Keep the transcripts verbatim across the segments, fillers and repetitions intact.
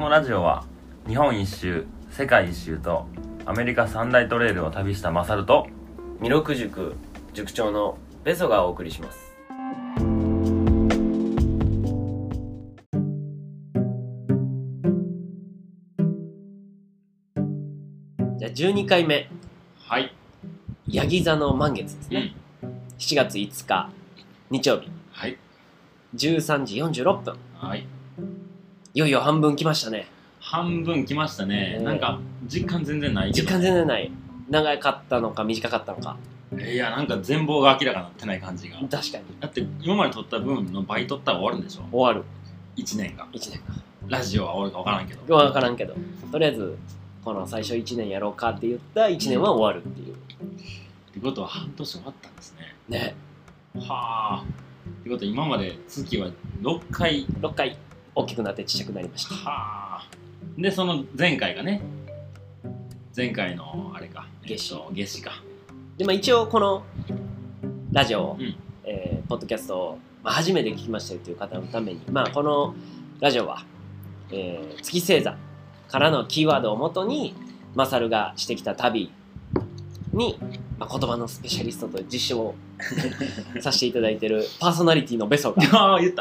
のラジオは日本一周、世界一周とアメリカ三大トレイルを旅したマサルと弥勒塾塾長のベソがお送りします。じゃあじゅうにかいめ、 はい、 ヤギ座の満月ですね、うん、しちがついつか日曜日、 はい、 じゅうさんじよんじゅうろっぷん、 はい、 いよいよ半分来ましたね。 半分来ましたね。なんか実感全然ないけど、ね、 実感全然ない。長かったのか短かったのか。 いや、なんか全貌が明らかになってない感じが。 確かに。 だって今まで取った分の倍取ったら終わるんでしょ。 終わる。 いちねんが。 いちねんか。 ラジオは終わるか分からんけど。 分からんけど。とりあえずこの最初いちねんやろうかって言ったいちねんは終わるっていう。 ってことは半年終わったんですね。 ね。 はあ。ってことは今まで月はろっかい。 ろっかい大きくなってちっちゃくなりました。 はあ。でその前回がね。前回のあれか。 夏至。 夏至か。 で、まあ、一応このラジオを、 うんえー、ポッドキャストを、まあ、初めて聞きましたよという方のために、まあ、このラジオは、えー、月星座からのキーワードをもとにマサルがしてきた旅に、まあ、言葉のスペシャリストと実証をさせていただいているパーソナリティのベソがああ言った、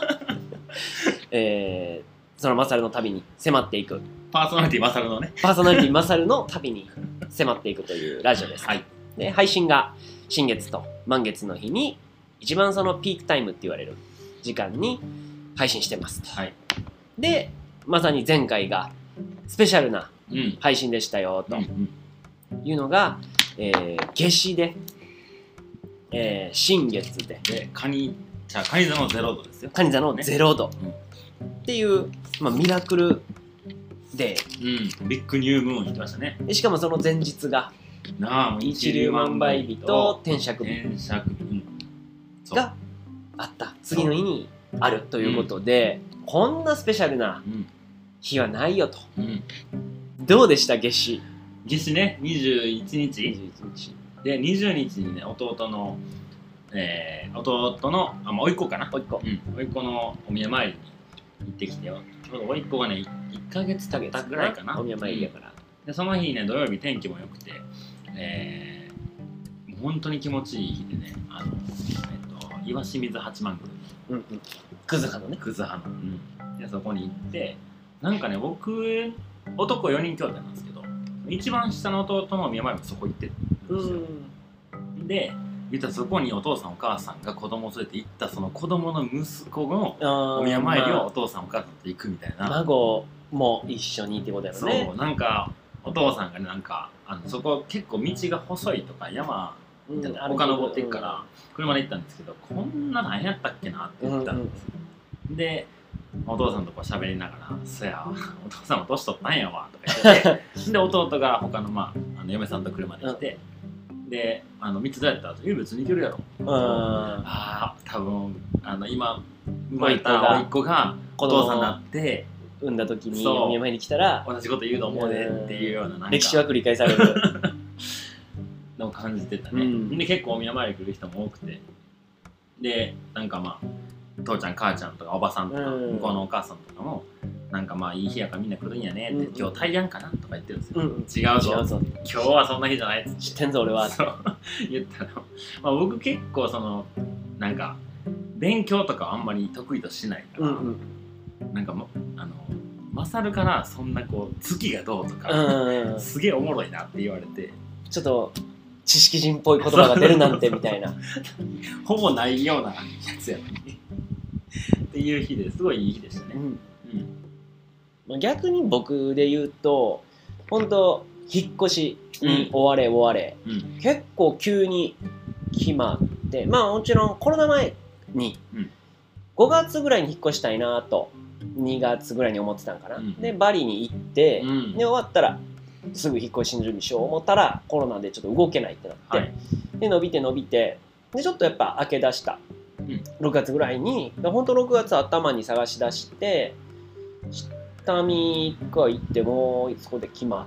えー、そのマサルの旅に迫っていくパーソナリティマサルのねパーソナリティマサルの旅に迫っていくというラジオです、 はい、 で配信が新月と満月の日に一番そのピークタイムって言われる時間に配信してます、 はい、 でまさに前回がスペシャルな配信でしたよというのが、えー、夏至で、えー、新月ででカニじゃあカニ座のゼロ度ですよ。 カニ座のゼロ度、 ね、 っていう、まあ、ミラクルで、 うん、ビッグニュームーン言ってましたね。 でしかもその前日がなあ一粒万倍日と天釈日天釈日があった次の日にあるということで、うん、こんなスペシャルな日はないよと、うん、どうでした夏至？ 夏至ねにじゅういちにちにじゅういちにちでにじゅうにちにね弟の、えー、弟のあ、まあ、甥っ子かな甥っ子、 うん、甥っ子のお宮参りに行ってきてよ。ちょうど甥っ子がねいっかげつ経ったぐらいかな、 お宮参りやから、 うん、でその日ね土曜日天気も良くて、えー、もう本当に気持ちいい日でねあの、えっと、岩清水八幡宮、 うんうん、クズハのねクズハの、うん、でそこに行ってなんかね僕男よにん兄弟なんですけど一番下の弟の宮前もそこ行ってるんですよ。で言ったらそこにお父さんお母さんが子供を連れて行ったその子供の息子のお宮参りをお父さんお母さんと行くみたいな、 孫も一緒にってことだよね。 そうなんかお父さんがねなんかあのそこ結構道が細いとか山みたいな、うん、丘登っていくから車で行ったんですけど、こんな何やったっけなって言ったんです、うんうん、でお父さんとこ喋りながら「そやお父さんも年取ったんやわ」とか言っててで弟が他の,、まあ、あの嫁さんと車で来て、うん、であのみっつどうやったら「え別にいけるやろ」ああ多分あの今生まれた甥っ子がお父さんになって産んだ時にお見舞いに来たら同じこと言うと思うでっていうような、 なんか歴史は繰り返されるのを感じてたね、うん、で結構お宮参り来る人も多くてでなんかまあ父ちゃん母ちゃんとかおばさんとか、うん、向こうのお母さんとかもなんかまあいい日やからみんな来るんやねって、うん、今日大安かなとか言ってるんですよ、うん、違うぞ、違うぞ今日はそんな日じゃないっつって知ってんぞ俺はそう言ったら、まあ、僕結構そのなんか勉強とかあんまり得意としないから、うんうん、なんかもあのマサルからそんなこう月がどうとか、うん、すげえおもろいなって言われてちょっと知識人っぽい言葉が出るなんてみたいなほぼないようなやつやのにっていう日ですごいいい日でしたね、うんうん、逆に僕で言うと本当引っ越しに終われ終われ、うん、結構急に決まってまあもちろんコロナ前にごがつぐらいに引っ越したいなとにがつぐらいに思ってたんかな、うん、でバリに行って、うん、で終わったらすぐ引っ越しの準備しよう思ったらコロナでちょっと動けないってなって、はい、で伸びて伸びてでちょっとやっぱ明け出した、うん、ろくがつぐらいに本当ろくがつ頭に探し出して下見が行ってもうそこで決まって、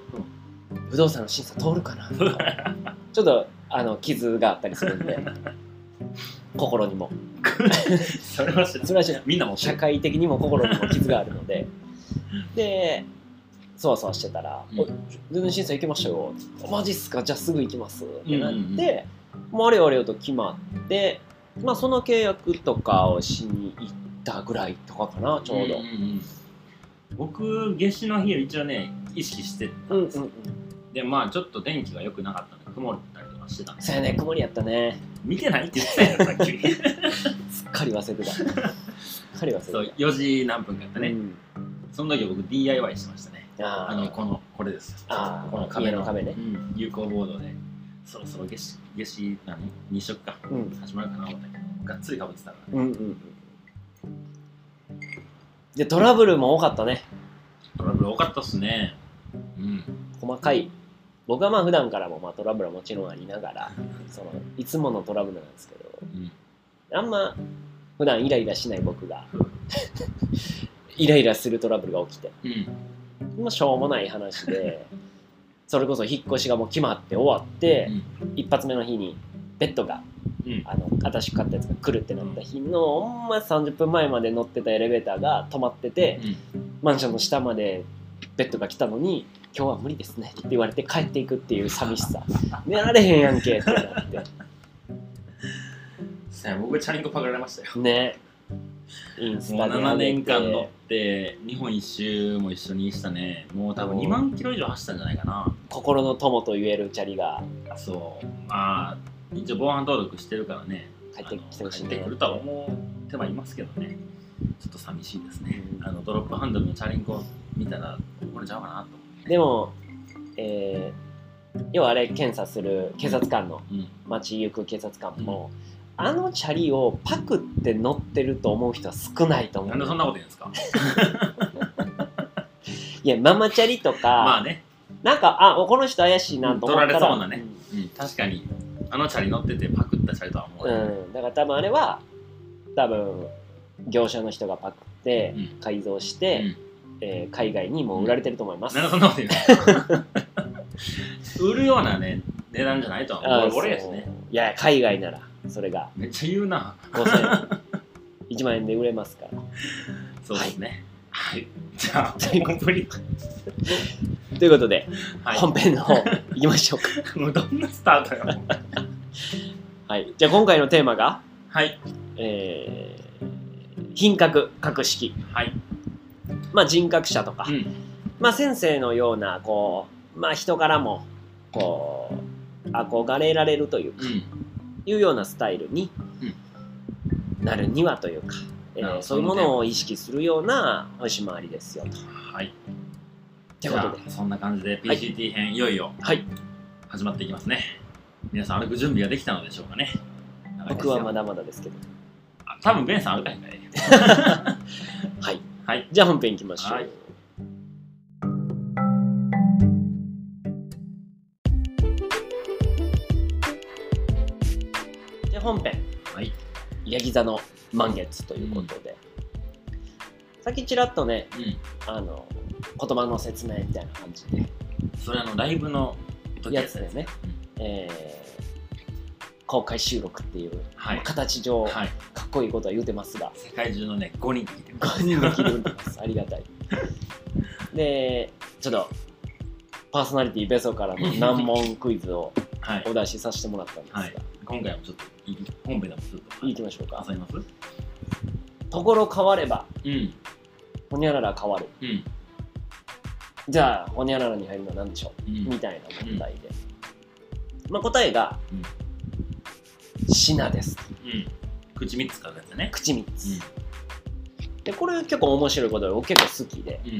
うん、不動産の審査通るかなとかちょっとあの傷があったりするんで心にもそれは知らない。 それは知らない。 みんなも社会的にも心にも傷があるのででそわそわしてたら「 うんお全然審査行きましたよ」マジっすかじゃあすぐ行きます」ってなって、 うんうんもうあれよあれよと決まって、まあ、その契約とかをしに行ったぐらいとかかなちょうど。 んんん僕夏至の日を一応ね意識してたんですよ、でまあちょっと天気が良くなかったので曇ったりとかしてたんですそうやね曇りやったね。 見てないって言ってたやろさっきすっかり忘れてたすっかり忘れてた。 そうよじ何分かやったね、 うん、 その時僕 ディーアイワイ してましたね。 ああのこのこれですよ。 あこの壁の家の壁ね、 うん、有効ボードでそろそろ夏至夏至何に色か、 うん、 始まるかな思ったけどがっつりかぶってたからね、 うんうんうん。でトラブルも多かったね。 トラブル多かったっすね。うん細かい。僕はまあ普段からもまあトラブルはもちろんありながら、そのいつものトラブルなんですけど、 うんあんま普段イライラしない僕がイライラするトラブルが起きて、 うんもうしょうもない話で、それこそ引っ越しがもう決まって終わって、 うん、 一発目の日にベッドが、うん、あの新しく買ったやつが来るってなった日の、ほんまさんじゅっぷんまえまで乗ってたエレベーターが止まってて、うん、マンションの下までベッドが来たのに今日は無理ですねって言われて帰っていくっていう寂しさ寝られへんやんけってなって僕チャリンコパクられましたよね。インスタでもうななねんかん乗って日本一周も一緒にしたね。もう多分にまんキロ以上走ったんじゃないかな。 心の友と言えるチャリがそうまあ一応防犯登録してるからね帰ってきてほしいね。 帰ってくるとは思ってはいますけどね、ちょっと寂しいですね、うん、あのドロップハンドルのチャリンコ見たらこれちゃうかなと思って。 でも、えー、要はあれ検査する警察官の、うん、街行く警察官も、うん、あのチャリをパクって乗ってると思う人は少ないと思う。 なんでそんなこと言うんですかいやママチャリとかまあね、 なんかあこの人怪しいなと思ったら、 取られそうなね、うんうん、確かにあのチャリ乗っててパクったチャリとは思う、 うん、だから多分あれは多分業者の人がパクって改造して、うんえー、海外にも売られてると思います。 なんでそんなこと言うの売るようなね値段じゃないとは思う。俺やしね。 いや海外ならそれがめっちゃ言うな。 ごせんえんいちまんえんで売れますから。 そうですね。はい。はい、じゃあ本当にということで、 はい、 本編の方行きましょうか。 もうどんなスタートよ。 はい。じゃあ今回のテーマが、 はい。 えー、品格格式。 はい。 まあ人格者とか、 うん、 まあ先生のようなこうまあ人からもこう憧れられるというか、うん、いうようなスタイルになるにはというか、うん、えー、そういうものを意識するような星回りですよと。 はい。 ということでそんな感じで ピーシーティー 編、はい、いよいよ始まっていきますね。皆さん歩く準備ができたのでしょうかね。 僕はまだまだですけど。 多分ベンさん歩かへんかね。 はい。 はい、 じゃあ本編いきましょう。はい、じゃあ本編、 はい、 ヤギ座の満月ということで、うん、さっきちらっとね、うん、あの言葉の説明みたいな感じで、 それあのライブの時やつでね、うん、えー、公開収録っていう、はい、形上、はい、かっこいいことは言うてますが、 世界中のねごにん聞いてます。 ごにんが聞いてます。ありがたい。で、ちょっとパーソナリティベソからの難問クイズをお出しさせてもらったんですが、はいはい、 今回もちょっと本編でもちょっといきましょうか。 遊びます。 ところ変われば、 うん、 ほにゃらら変わる。 うん、 じゃあほにゃららに入るのは何でしょう、うん、みたいな問題で、うん、まあ答えが、うん、品です。 うん、口みっつ書くやつね。 口みっつ、うん、でこれ結構面白いことで僕結構好きで、うん、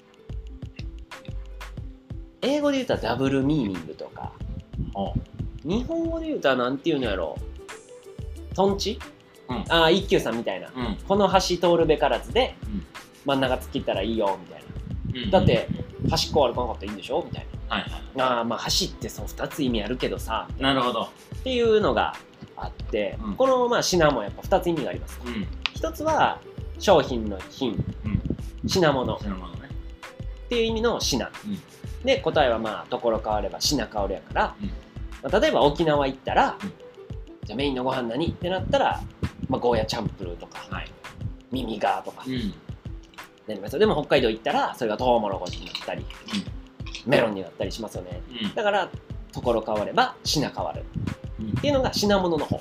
英語で言ったらダブルミーニングとか、うん、日本語で言うたらなんていうのやろう、トンチ、うん、ああ一休さんみたいな、うん、この橋通るべからずで、うん、真ん中突っ切ったらいいよみたいな、うん、だって端っこ歩かなかったらいいんでしょみたいな、はいはい、ああまあ橋ってそうふたつ意味あるけどさ、 なるほどっていうのがあって、うん、このまあ品もやっぱふたつ意味があります、うん、ひとつは商品の品、うん、品物、品物、ね、っていう意味の品、うん、で答えはまあところ変われば品変わるやから、うん、まあ、例えば沖縄行ったら、うん、じゃあメインのご飯何ってなったら、まあ、ゴーヤチャンプルーとか、はい、耳ガーとか、うん、 なりますよ。でも北海道行ったらそれがトウモロコシになったり、うん、メロンになったりしますよね、うん、だからところ変われば品変わる、うん、っていうのが品物の方、うん、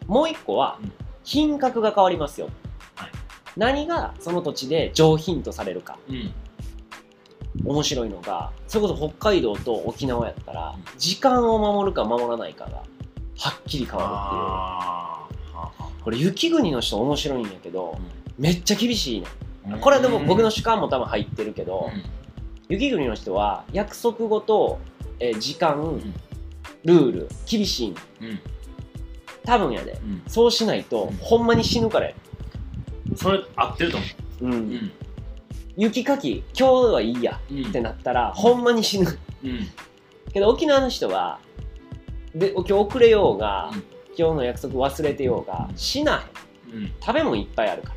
もう一個は品格が変わりますよ、はい、何がその土地で上品とされるか、うん、面白いのがそれこそ北海道と沖縄やったら、うん、時間を守るか守らないかがはっきり変わるっていう。これ雪国の人面白いんやけど、うん、めっちゃ厳しいね。これはでも僕の主観も多分入ってるけど、うん、雪国の人は約束ごと、えー、時間、うん、ルール厳しいの、うん、多分やで、うん、そうしないと、うん、ほんまに死ぬからや。 それ合ってると思う、うんうん、 雪かき今日はいいや、うん、ってなったらほんまに死ぬ、うん、けど沖縄の人はで今日遅れようが、うん、今日の約束忘れてようが死なへん、うん、食べ物いっぱいあるから、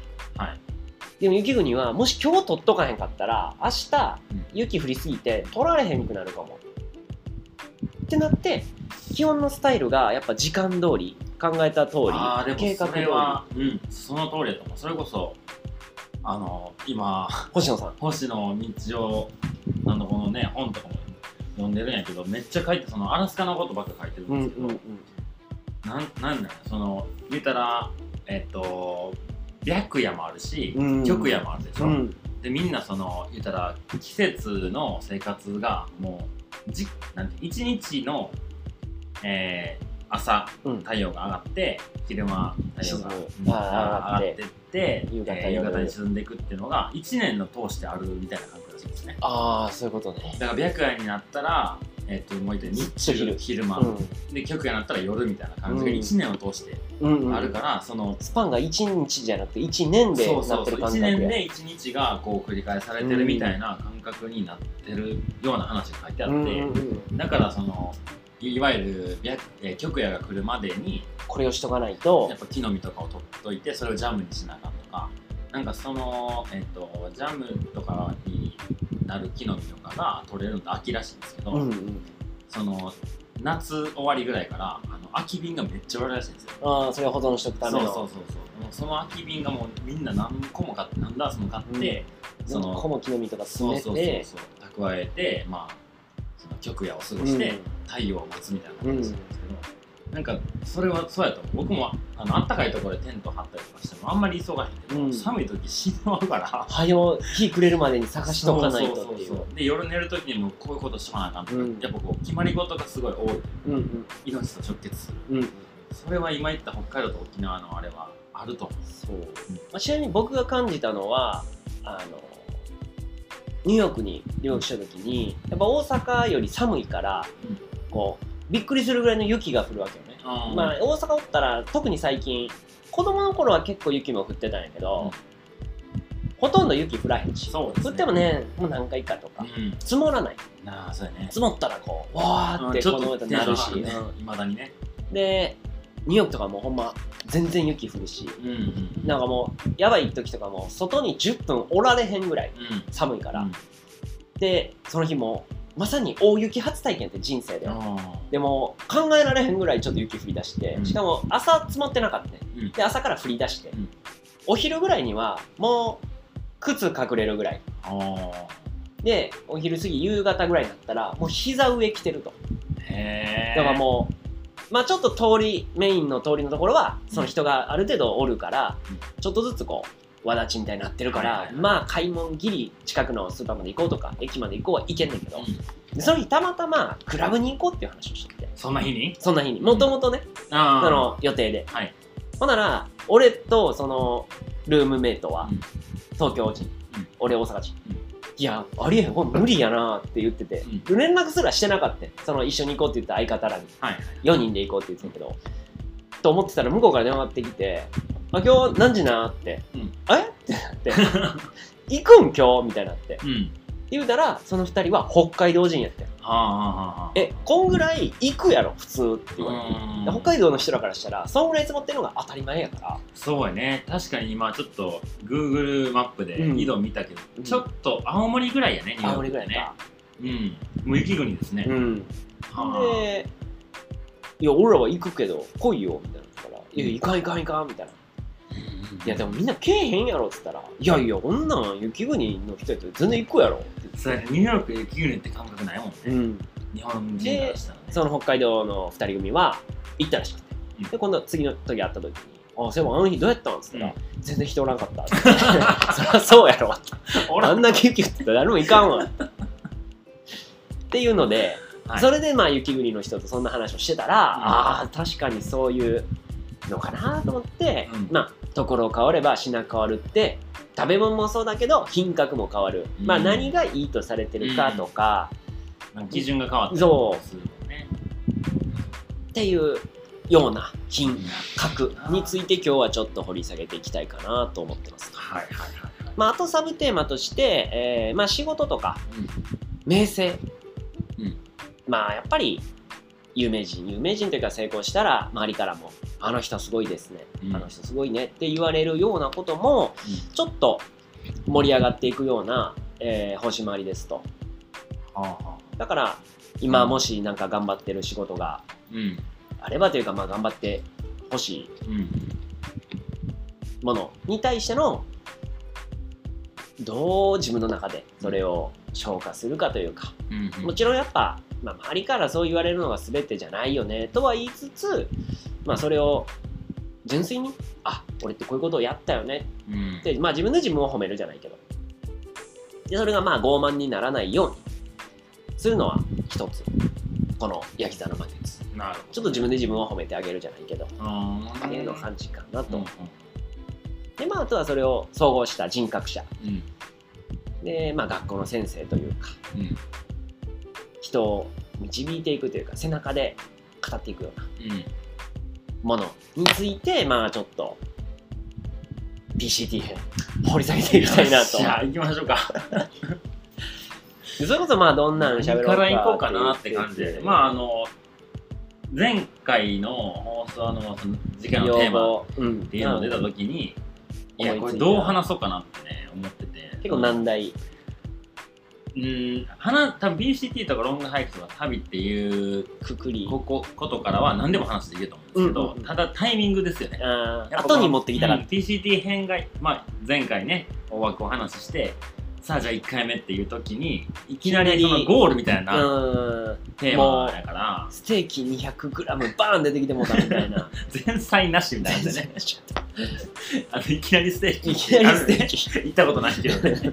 はい、でも雪国はもし今日取っとかへんかったら明日雪降りすぎて取られへんくなるかもってなって、基本のスタイルがやっぱ時間通り考えた通りあでも計画通り、うん、その通りだと思う。それこそあの今星野さん星野道夫あのこのね本とかも読んでるんやけど、めっちゃ書いてそのアラスカのことばっか書いてるんですけど、うんうんうん、なんなんだよその言ったらえっと白夜もあるし、うん、極夜もあるでしょ、うん、でみんなその言ったら季節の生活がもうじなんて一日の、えー、朝、うん、太陽が上がって昼間太陽が、うん、上がってって夕方、えー、夕方に沈んでいくっていうのがいちねんの通してあるみたいな感覚らしいですね。 ああそういうことね。 だから白夜になったらえー、ともう一回日中昼、昼間、うん、で極夜になったら夜みたいな感じがいちねんを通してあるから、うんうん、そのスパンがいちにちじゃなくていちねんでなってる感覚や。そうそうそういちねんでいちにちがこう繰り返されてるみたいな感覚になってるような話が書いてあって、うんうんうん、だからそのいわゆる白極夜が来るまでにこれをしとかないとやっぱ木の実とかを取っといてそれをジャムにしなあかんとか、なんかその、えー、とジャムとかになる木の実とかが取れるのって秋らしいんですけど、うんうん、その夏終わりぐらいからあの空き瓶がめっちゃ売られるらしいんですよ。 ああそれを保存しとくための。 そうそうそうそう。その空き瓶がもうみんな何個も買って何ダースも買って、 うん、その何個も木の実とか詰めてそうそうそうそう蓄えてまあその極夜を過ごして、うん、太陽を待つみたいな感じなんですけど、うん、なんかそれはそうやと思う。僕もあの暖かいところでテント張ったりとかしてもあんまり急がへんけど、うん、寒い時死ぬわるから早う日暮れるまでに探しとかないとっていう。 そうそうそうそうで夜寝る時にもこういうことしとかなあかんとか、うん、やっぱこう決まり事がすごい多い、うんうん、命と直結する、うん、それは今言った北海道と沖縄のあれはあると思う。 そう、うんまあ、ちなみに僕が感じたのはあのニューヨークに留学した時にやっぱ大阪より寒いから、うん、こうびっくりするぐらいの雪が降るわけよね。あまあ大阪おったら特に最近子供の頃は結構雪も降ってたんやけど、うん、ほとんど雪降らへんし、ね、降ってもねもう何回かとか、うん、積もらない。 ああそうやね。 積もったらこうわーってこの上なるし、いまだにね。 でニューヨークとかもほんま全然雪降るし、うんうん、なんかもうやばい時とかも外にじゅっぷんおられへんぐらい寒いから、うん、でその日もまさに大雪初体験って人生ででも考えられへんぐらいちょっと雪降り出して、うん、しかも朝積もってなかったね、うん、で朝から降り出して、うん、お昼ぐらいにはもう靴隠れるぐらいでお昼過ぎ夕方ぐらいになったらもう膝上来てると。へーだからもうまあちょっと通りメインの通りのところはその人がある程度おるから、うん、ちょっとずつこうわだちみたいになってるから、はいはいはい、まあ買い物ギリ近くのスーパーまで行こうとか駅まで行こうは行けんねんけど、うん、でその日たまたまクラブに行こうっていう話をしてて。 そんな日にそんな日にもともとね、うん、あその予定で、はい、ほんなら俺とそのルームメイトは東京人、うん、俺大阪人、うん、いやありえへんほん無理やなって言ってて、うん、連絡すらしてなかったその一緒に行こうって言った相方らに、はいはい、よにんで行こうって言ってたけどと思ってたら向こうから電話がかかってきてあ今日何時なって、うん、えってなって行くん今日みたいになって、うん、言うたらそのふたりは北海道人やってん、はあはあ、えこんぐらい行くやろ普通って言われて、北海道の人らからしたらそんぐらい積もってるのが当たり前やから。 そうやね確かに今ちょっと Google マップで緯度見たけど、うん、ちょっと青森ぐらいやね青森ぐらいか、 うん、もう雪国ですね、うん、 はあ、でいや俺らは行くけど来いよみたいなから、いや行かん行かん行かんみたいな、 いやでもみんなけえへんやろっつったら、いやいやこんなん雪国の人やったら全然行くやろって。 それニューヨーク雪国って感覚ないもんね、うん、日本人からしたらね。 その北海道のふたり組は行ったらしくて、うん、で今度次の時会った時に「あそういえばあの日どうやったん?」っつったら、うん「全然人おらんかった」ってそりゃそうやろあんな雪降ってたら誰も行かんわっていうので、はい、それでまあ雪国の人とそんな話をしてたら、うん、ああ確かにそういうのかなと思って、うん、まあところ変われば品変わるって食べ物もそうだけど品格も変わる、うん、まあ何がいいとされてるかとか、 うん、基準が変わってるそうするもんねっていうような品格について今日はちょっと掘り下げていきたいかなと思ってます。 はいはいはい、 まあ、あとサブテーマとして、えーまあ、仕事とか、うん、名声、うん、まあやっぱり有名人有名人というか成功したら周りからもあの人すごいですね、うん、あの人すごいねって言われるようなことも、うん、ちょっと盛り上がっていくような、えー、星回りですと、はあはあ、だから今もしなんか頑張ってる仕事があればというか、まあ、頑張ってほしいものに対してのどう自分の中でそれを消化するかというか、うんうん、もちろんやっぱまあ、周りからそう言われるのが全てじゃないよねとは言いつつ、まあ、それを純粋にあ俺ってこういうことをやったよねって、うん、まあ、自分で自分を褒めるじゃないけどでそれがまあ傲慢にならないようにするのは一つこのヤギ座の魔術。なるほど。ちょっと自分で自分を褒めてあげるじゃないけどっていうの感じかなと、うんうん、でまああとはそれを総合した人格者、うん、でまあ学校の先生というか、うん人を導いていくというか背中で語っていくようなものについて、まあちょっと ピーシーティー 編掘り下げていきたいなと。 じゃあ行きましょうかそれこそまあどんなの喋ろうかから行こうかなって感じで、まああの前回の放送のその次回のテーマっていうのが出た時に、いやこれどう話そうかなってね思ってて、 結構難題。 うん話多分 ビーシーティー とかロングハイクとか旅っていうくくりここことからは何でも話できると思うんですけど、うんうんうん、ただタイミングですよね。 後に持ってきたら、うん、 ピーシーティー 編が、まあ、前回ね大枠お話ししてさあじゃあいっかいめっていう時にいきなりそのゴールみたいなテーマだからステーキ にひゃくグラム バーン出てきてもうたみたいな前菜なしみたいなねあのいきなりステーキいきなりステーキ行ったことないけどね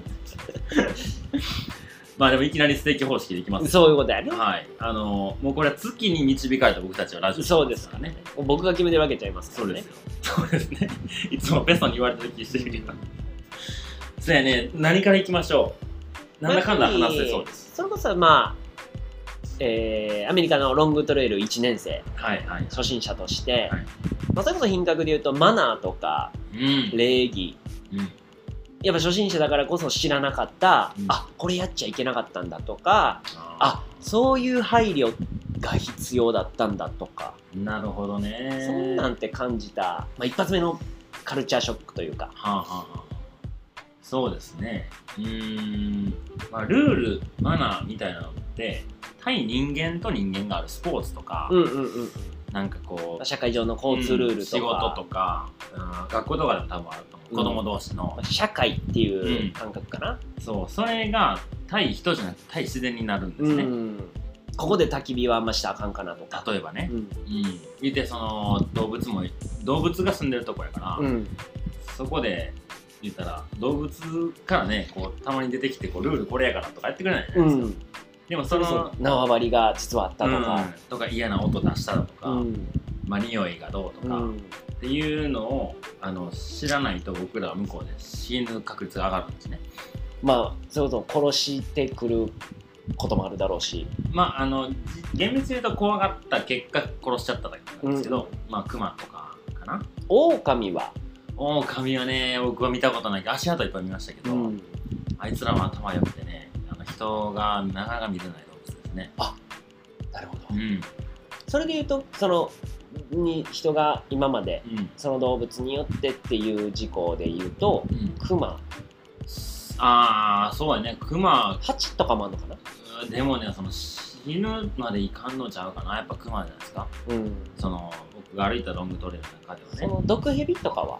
まあでもいきなりステーキ方式でいきます。 そういうことやね。 はい。あのー、もうこれは月に導かれた僕たちはラジオそうですからね。僕が決めてるわけちゃいますからね。 そうですよ。そうですね。いつもベストに言われた時してるけど。そうやね。何からいきましょう。なんだかんだ話せそうです。 それこそまあ、えー、アメリカのロングトレイルいちねん生、はいはい、初心者として、はい、まあ、それこそ品格で言うとマナーとか、うん、礼儀、うんやっぱ初心者だからこそ知らなかった、うん、あこれやっちゃいけなかったんだとか あ, あそういう配慮が必要だったんだとかなるほどねそんなんて感じた、まあ、一発目のカルチャーショックというか、はあはあ、 そうですねうーん、まあ、ルールマナーみたいなのって対人間と人間があるスポーツとか、うんうんうん、なんかこう社会上の交通ルールとか、うん、 仕事とか、うん、学校とかでも多分あると思う子供同士の、 うん、社会っていう感覚かな、 うん、そうそれが対人じゃなくて対自然になるんですね、うん、 ここで焚き火はあんましたらあかんかなとか例えばね、うんうん、言ってその動物も動物が住んでるとこやから、うん、そこで言ったら動物からねこうたまに出てきてこうルールこれやからとかやってくれないじゃないですか、うん、でもその縄張りが実はあったとか、うん、 とか嫌な音出したとか、うん、まあ匂いがどうとか、うんっていうのをあの知らないと僕らは向こうで死ぬ確率が上がるんですね。 まあそれこそ殺してくることもあるだろうしまああの厳密に言うと怖がった結果殺しちゃっただけなんですけど、うん、まあクマとかかな。 狼は狼はね僕は見たことないけど足跡いっぱい見ましたけど、うん、あいつらは頭良くてねあの人がなかなか見れない動物ですね。 あなるほど、うん、それで言うとそのに人が今までその動物によってっていう事項で言うと、うん、クマああそうやねクマハチとかもあるのかな。 でもねその死ぬまでいかんのちゃうかなやっぱクマじゃないですか、うん、その僕が歩いたロングトレイルの中ではねその毒蛇とかは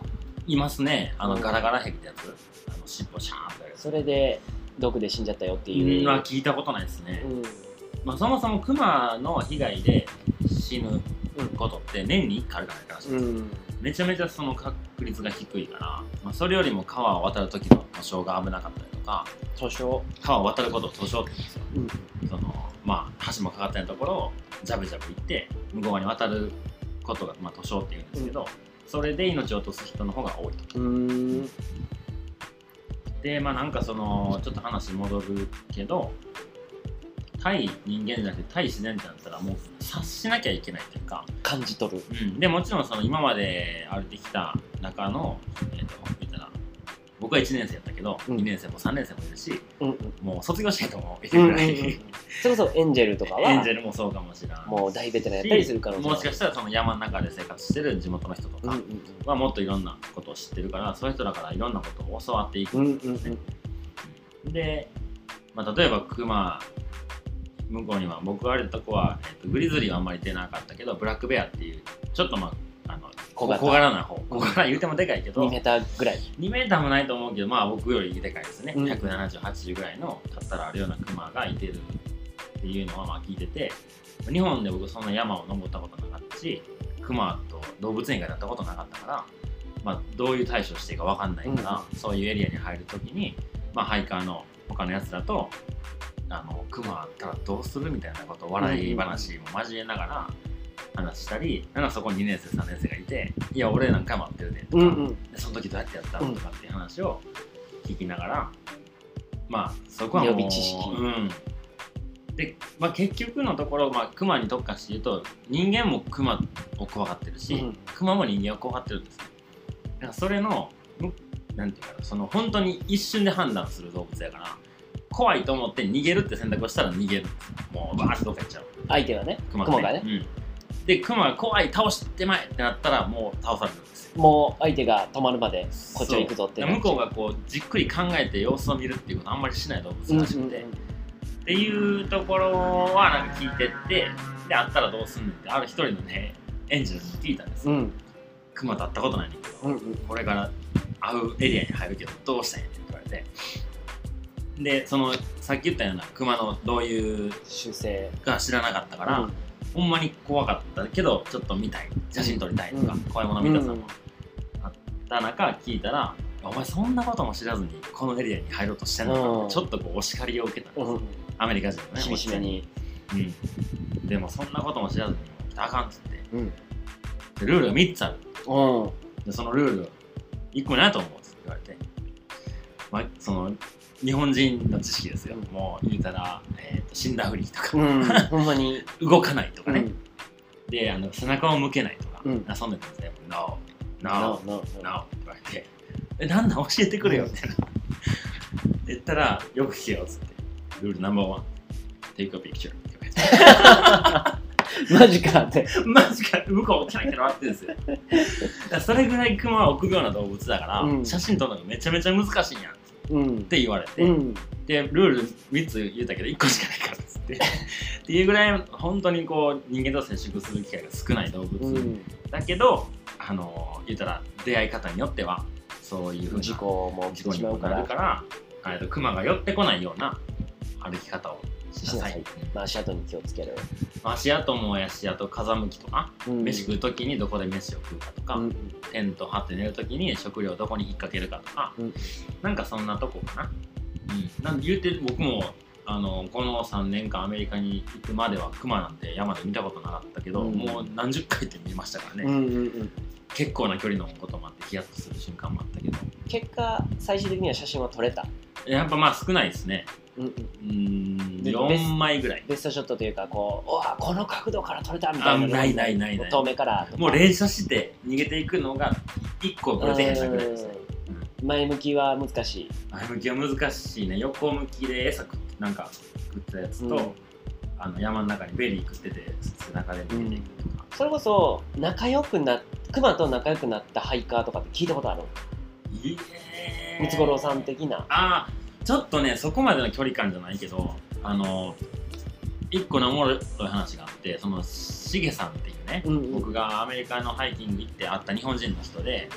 いますね、あのガラガラヘビってやつ、あの尻尾シャーンってやつ。 それで毒で死んじゃったよっていうのは聞いたことないですね、 うん、 まあ、そもそもクマの被害で死ぬことって年にいっかいあるかららしいです、うん、めちゃめちゃその確率が低いから、まあ、それよりも川を渡る時の塗装が危なかったりとか、 塗装川を渡ることを塗装って言うんですよ、うん、そのまあ橋もかかってないところをジャブジャブ行って向こう側に渡ることが、まあ、塗装って言うんですけど、うん、それで命を落とす人の方が多いと。うーんでまあなんかそのちょっと話戻るけど、対人間じゃなくて対自然ってなったらもう察しなきゃいけないというか感じ取る、 うん、でもちろんその今まで歩いてきた中の、えー、と言ったら僕はいちねん生やったけど、うん、にねん生もさんねん生もいるし、うんうん、もう卒業した人もいるぐらい、うんうんうん、 それこそエンジェルとかはエンジェルもそうかもしれないもう大ベテランやったりするからもしかしたらその山の中で生活してる地元の人とかはもっといろんなことを知ってるから、そういう人だからいろんなことを教わっていくんですね、うんうんうん、で、まあ、例えばクマ向こうには僕が歩いたとこは、えっと、グリズリーはあんまり出なかったけどブラックベアっていうちょっとまああの小柄な方小柄言うてもでかいけどにメーターぐらいにメーターもないと思うけどまあ僕よりでかいですね、うん、ひゃくななじゅう、はちじゅうぐらいの立ったらあるようなクマがいてるっていうのはまあ聞いてて、日本で僕そんな山を登ったことなかったしクマと動物園以外だったことなかったから、まあ、どういう対処していいか分かんないから、うん、そういうエリアに入るときに、まあ、ハイカーの他のやつらとあのクマあったらどうするみたいなことを笑い話も交えながら話したり、なんかそこににねん生さんねん生がいて「いや俺なんか待ってるで」とか、うんうん、でその時どうやってやったのとかっていう話を聞きながら、まあそこはもう予備知識、 うんでまあ、結局のところ、まあ、クマに特化して言うと人間もクマを怖がってるし、うん、クマも人間を怖がってるんですね。だからそれのなんていうかな、その本当に一瞬で判断する動物やから怖いと思って逃げるって選択をしたら逃げるんですよ。もうバーッとどっか行っちゃう相手がねクマがね、がね、 うん、でクマが怖い倒してまえってなったらもう倒されるんですよ。 もう相手が止まるまでこっちを行くぞって向こうがこうじっくり考えて様子を見るっていうことあんまりしない動物らしくて、うんうんうん、っていうところはなんか聞いてってであったらどうすんねんってある一人のねエンジェルに聞いたんですよ、うん、クマと会ったことないねんけど、うんうん、これから会うエリアに入るけどどうしたんやねんって言われて、でそのさっき言ったようなクマのどういう習性が知らなかったから、うん、ほんまに怖かったけどちょっと見たい写真撮りたいとか、うん、怖いもの見たさもあった中聞いたら、お前そんなことも知らずにこのエリアに入ろうとしてんのか、うん、ちょっとこうお叱りを受けたんです、うん、アメリカ人のね厳しめに、 うん、でもそんなことも知らずに来たらあかんっつって、うん、でルールがみっつある、うん、でそのルールいっこないと思うって言われて、まあ、その日本人の知識ですよ、うん、もう言うたら、えー、と死んだふりとか、うん、 ほんまに動かないとかね、うん、であの背中を向けないとか、うん、遊んでたんですね。 No, no, no, no って言われて、え、なんだ教えてくれよみたいな言ったら、よく聞けよっつって、ルールナンバーワン Take a picture って言われてマジかってマジか向こうキャラキャラ笑ってるんですよだそれぐらいクマは臆病な動物だから、うん、写真撮るのがめちゃめちゃ難しいんやうん、って言われて、うん、でルールみっつ言ったけどいっこしかないからっつってっていうぐらい本当にこう人間と接触する機会が少ない動物、うん、だけどあの言ったら出会い方によってはそういうふうな事故も起きてしまうから、 からクマが寄ってこないような歩き方をしなさい。 まあ、足跡に気をつける。 足跡もやし、あと風向きとか、うん、飯食うときにどこで飯を食うかとか、うん、テント張って寝るときに食料をどこに引っ掛けるかとか、うん、なんかそんなとこかな。うん、なんで言うて僕もあのこのさんねんかんアメリカに行くまではクマなんて山で見たことなかったけど、うん、もう何十回って見ましたからね、うんうんうん、結構な距離のこともあってヒヤッとする瞬間もあったけど、 結果最終的には写真は撮れた？ やっぱまあ少ないですね。うんうん、うんよんまいぐらいベストショットというかこう、おわこの角度から撮れたみたいな、 ないないないない、 遠目からとかもう連射して逃げていくのがいっこぶれてへんしたぐらいですね。 前向きは難しい。 前向きは難しいね。横向きで餌食ってなんか食ったやつと、うん、あの山の中にベリー食ってて背中で逃げていくとか、 うん、それこそ仲良くなクマと仲良くなったハイカーとかって聞いたことある？ いえムツゴロウさん的な。 あーちょっとねそこまでの距離感じゃないけど、あの一個のおもろい話があって、そのしげさんっていうね、うんうん、僕がアメリカのハイキング行って会った日本人の人で、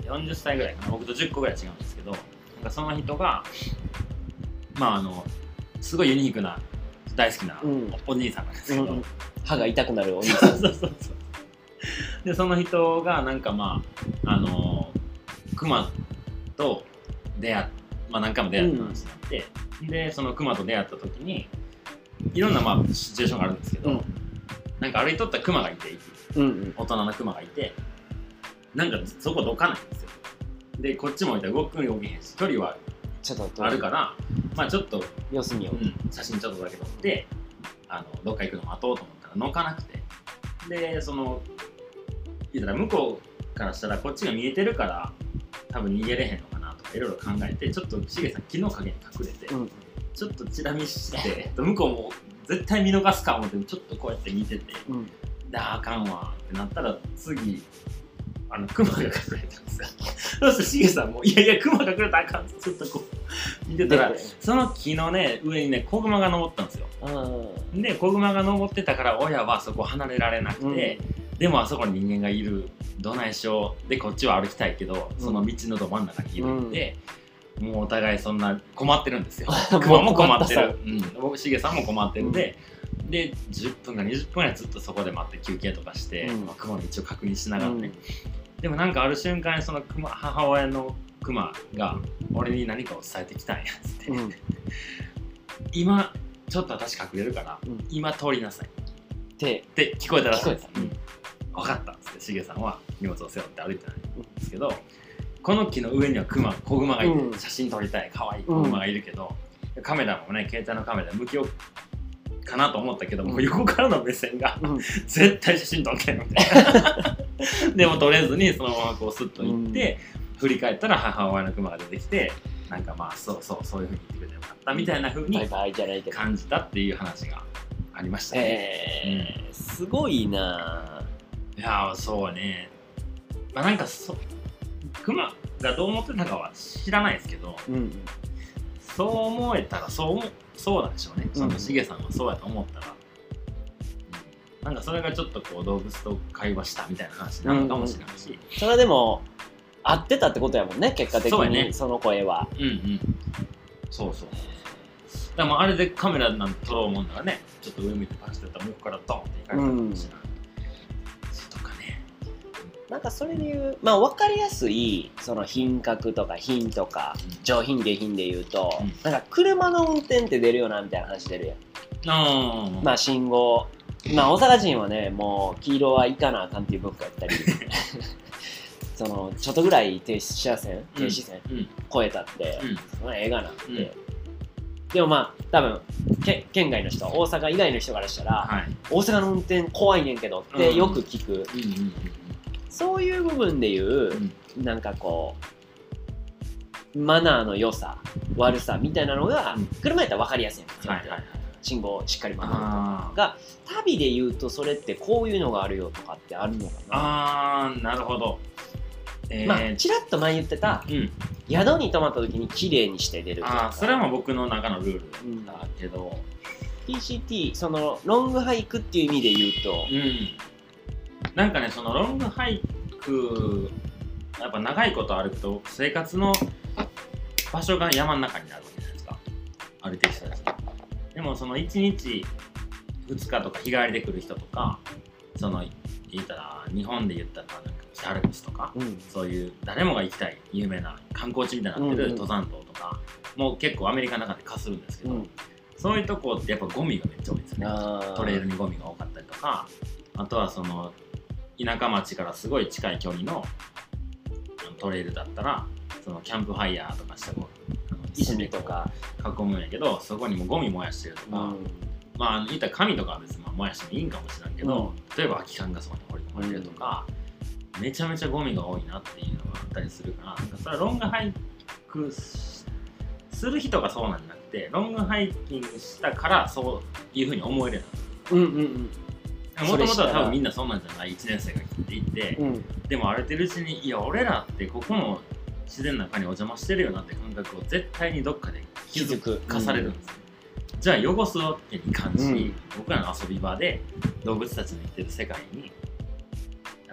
よんじゅっさいぐらいかな、僕とじゅっこぐらい違うんですけど、なんかその人がまああのすごいユニークな大好きなお兄さんなんですけど、うん、 歯が痛くなるお兄さんそうそうそうでその人がなんかまああのクマと出会っまあ何回も出会った話になって、うん、でそのクマと出会った時にいろんなまあシチュエーションがあるんですけど、うん、なんか歩いとったクマがいて、うんうん、大人のクマがいて、なんかそこどかないんですよ。でこっちもいたら動くに動けへんし距離はちょっとあるから、まあちょっと様子見よう、 うん、写真ちょっとだけ撮ってあのどっか行くの待とうと思ったら乗かなくて、でその言ったら向こうからしたらこっちが見えてるから多分逃げれへんのかなとかいろいろ考えて、ちょっとしげさん木の陰に隠れて、うん、ちょっとチラ見して向こうも絶対見逃すか思ってちょっとこうやって見てて、うん、であかんわってなったら次あのクマが隠れたんですよ。そしてしげさんもいやいやクマ隠れたらあかんってちょっとこう見てたらその木のね上にね子グマが登ったんですよ。で子グマが登ってたから親はそこ離れられなくて、うん、でもあそこに人間がいるどないしようでこっちは歩きたいけどその道のど真ん中にいるんで、うん、もうお互いそんな困ってるんですよ。クマも困ってる、うん、僕しげさんも困ってるんで、うん、でじゅっぷんかにじゅっぷんぐらいずっとそこで待って休憩とかして、うんまあ、クマの位置を確認しながらね、うん、でもなんかある瞬間にそのクマ母親のクマが俺に何かを伝えてきたんやつって、うん、今ちょっと私隠れるから、うん、今通りなさいってって聞こえたらしいです。うん、分かったっつってしげさんは荷物を背負って歩いてたんですけど、うん、この木の上にはクマ子グマがいて、うん、写真撮りたい可愛い子グマがいるけど、うん、カメラもね携帯のカメラ向きをかなと思ったけど、うん、もう横からの目線が、うん、絶対写真撮ってんみたいなでも撮れずにそのままこうスッと行って、うん、振り返ったら母親のクマが出てきて、なんかまあそうそうそういう風に言ってくれてよかったみたいな風に感じたっていう話がありましたね。 えーうん、すごいな。 いやそうね、まあ、なんかそクマがどう思ってたかは知らないですけど、うん、そう思えたらそうそうなんでしょうね。そのしげさんはそうやと思ったら、うん、なんかそれがちょっとこう動物と会話したみたいな話なのかもしれないし、うんうん、 それはでも合ってたってことやもんね結果的に そ,、ね、その声は。 うんうん。そうそう。でもあれでカメラなんて撮ろうもんならね、ちょっと上向いてパシッとやったら向こうからドンっていかれたかもしれない。とかね。 なんかそれでいうまあ分かりやすいその品格とか品とか、うん、上品下品で言うと、うん、なんか車の運転って出るよなみたいな話出るやん。あまあ信号、まあ大阪人はねもう黄色は行かなあかんっていう文化やったり。そのちょっとぐらい停止線、停止線、うん、超えたって、うん、その映画なんて、うん、でもまあ多分け県外の人大阪以外の人からしたら、はい、大阪の運転怖いねんけどってよく聞く、うんうんうん、そういう部分でいう、うん、なんかこうマナーの良さ悪さみたいなのが、うん、車やったら分かりやすいんですよ、はいはいはい、信号をしっかり守るとかが旅で言うとそれってこういうのがあるよとかってあるのかな。 あーなるほど。 えー、まあちらっと前言ってた、うん、宿に泊まった時に綺麗にして出るとか。 あそれはもう僕の中のルールだけど、うん、 ピーシーティー そのロングハイクっていう意味で言うと、 うん、なんかねそのロングハイクやっぱ長いこと歩くと生活の場所が山の中になるわけじゃないですか、歩いてる人たち。でもそのいちにちふつかとか日帰りで来る人とか、その言ったら日本で言ったらなんか北アルプスとか、うん、そういう誰もが行きたい有名な観光地みたいになってる登山道とか、うんうん、もう結構アメリカの中で化するんですけど、うん、そういうとこってやっぱゴミがめっちゃ多いですね。トレイルにゴミが多かったりとか、あとはその田舎町からすごい近い距離のトレイルだったらそのキャンプファイヤーとかしても石とか囲むんやけど、そこにもゴミ燃やしてるとか、うん、まあ言ったら紙とかは別に燃やしてもいいんかもしれんけど、うん、例えば空き缶がそこに放り込まれてるとか、うん、めちゃめちゃゴミが多いなっていうのがあったりするから、なんかそれはロングハイクする人がそうなんじゃなくて、ロングハイキングしたからそういうふうに思えるようになる。もともとは多分みんなそんなんじゃないいちねん生が来ていて、うん、でも歩いてるうちにいや俺らってここの自然の中にお邪魔してるよなって感覚を絶対にどっかで気づかされるんですね、うん、じゃあ汚すわけに関し、うん、僕らの遊び場で動物たちの生きてる世界にあ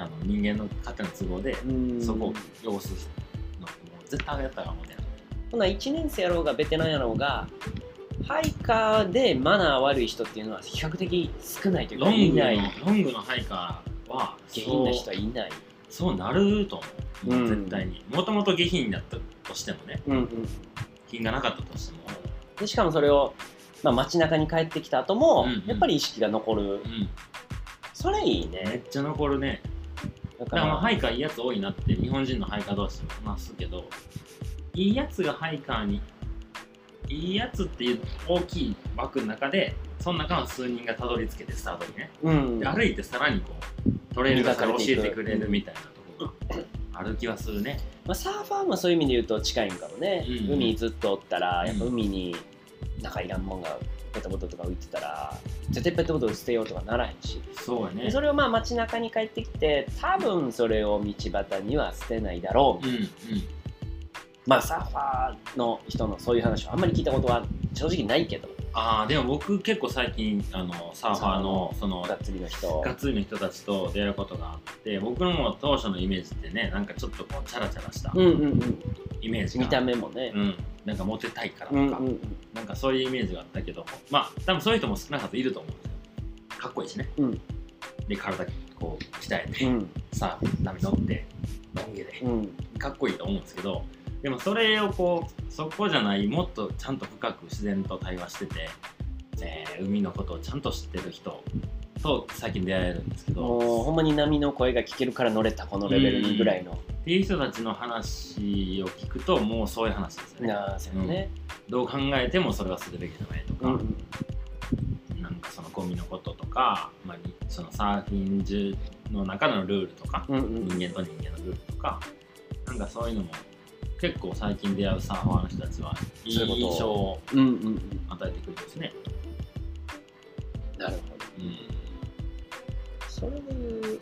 あの人間の勝手な都合でそこを汚すのもう絶対やったら思うね。 ほないちねん生やろうがベテランやろうがハイカーでマナー悪い人っていうのは比較的少ないというか、 ロングのいないロングのハイカーは下品な人はいない。 そうなると思う、 うん、 絶対に。もともと下品だったとしてもね、 うんうん、 品がなかったとしても。 でしかもそれを、まあ、街中に帰ってきた後も、 うんうん、 やっぱり意識が残る、 うん、 それいいね。 めっちゃ残るね。だからまあハイカーいいやつ多いなって日本人のハイカー同士でも話すけど、いいやつがハイカーにいいやつっていう大きい枠の中でその中の数人がたどり着けてスタートにね、 うん、 で歩いてさらにこうトレイルが教えてくれるみたいなところがある気はするね。 まあ、サーファーもそういう意味で言うと近いんかもね、うん、海にずっとおったらやっぱ海になんかいらんもんがペットボトルとか浮いてたら絶対ペットボトル捨てようとかならへんし、 そうやね。 それをまあ街中に帰ってきて多分それを道端には捨てないだろう、 うんうん、 まあサーファーの人のそういう話はあんまり聞いたことは正直ないけど、 ああでも僕結構最近あのサーファーのそのがっつりの人がっつりの人たちと出会うことがあって、僕のも当初のイメージってね、なんかちょっとこうチャラチャラしたイメージが、 見た目もね、 うん、なんかモテたいからとか、 うんうんうん、 なんかそういうイメージがあったけど、まあ多分そういう人も少なかったいると思うんですよ。かっこいいしね、うん、で体こう鍛えて、うん、さあ波乗ってロン毛で、うん、かっこいいと思うんですけど、でもそれをこうそこじゃないもっとちゃんと深く自然と対話してて、えー、海のことをちゃんと知ってる人と最近出会えるんですけど、 もうほんまに波の声が聞けるから乗れたこのレベルにぐらいの、 っていう人たちの話を聞くともうそういう話ですよね。 なそうね、 うん、どう考えてもそれはするべきじゃないとか、うんうん、なんかそのゴミのこととか、まあ、そのサーフィン中の中のルールとか、うんうん、人間と人間のルールとか、なんかそういうのも結構最近出会うサーファーの人たちはいい印象を与えてくるんですね。 なるほど、うん、それでいう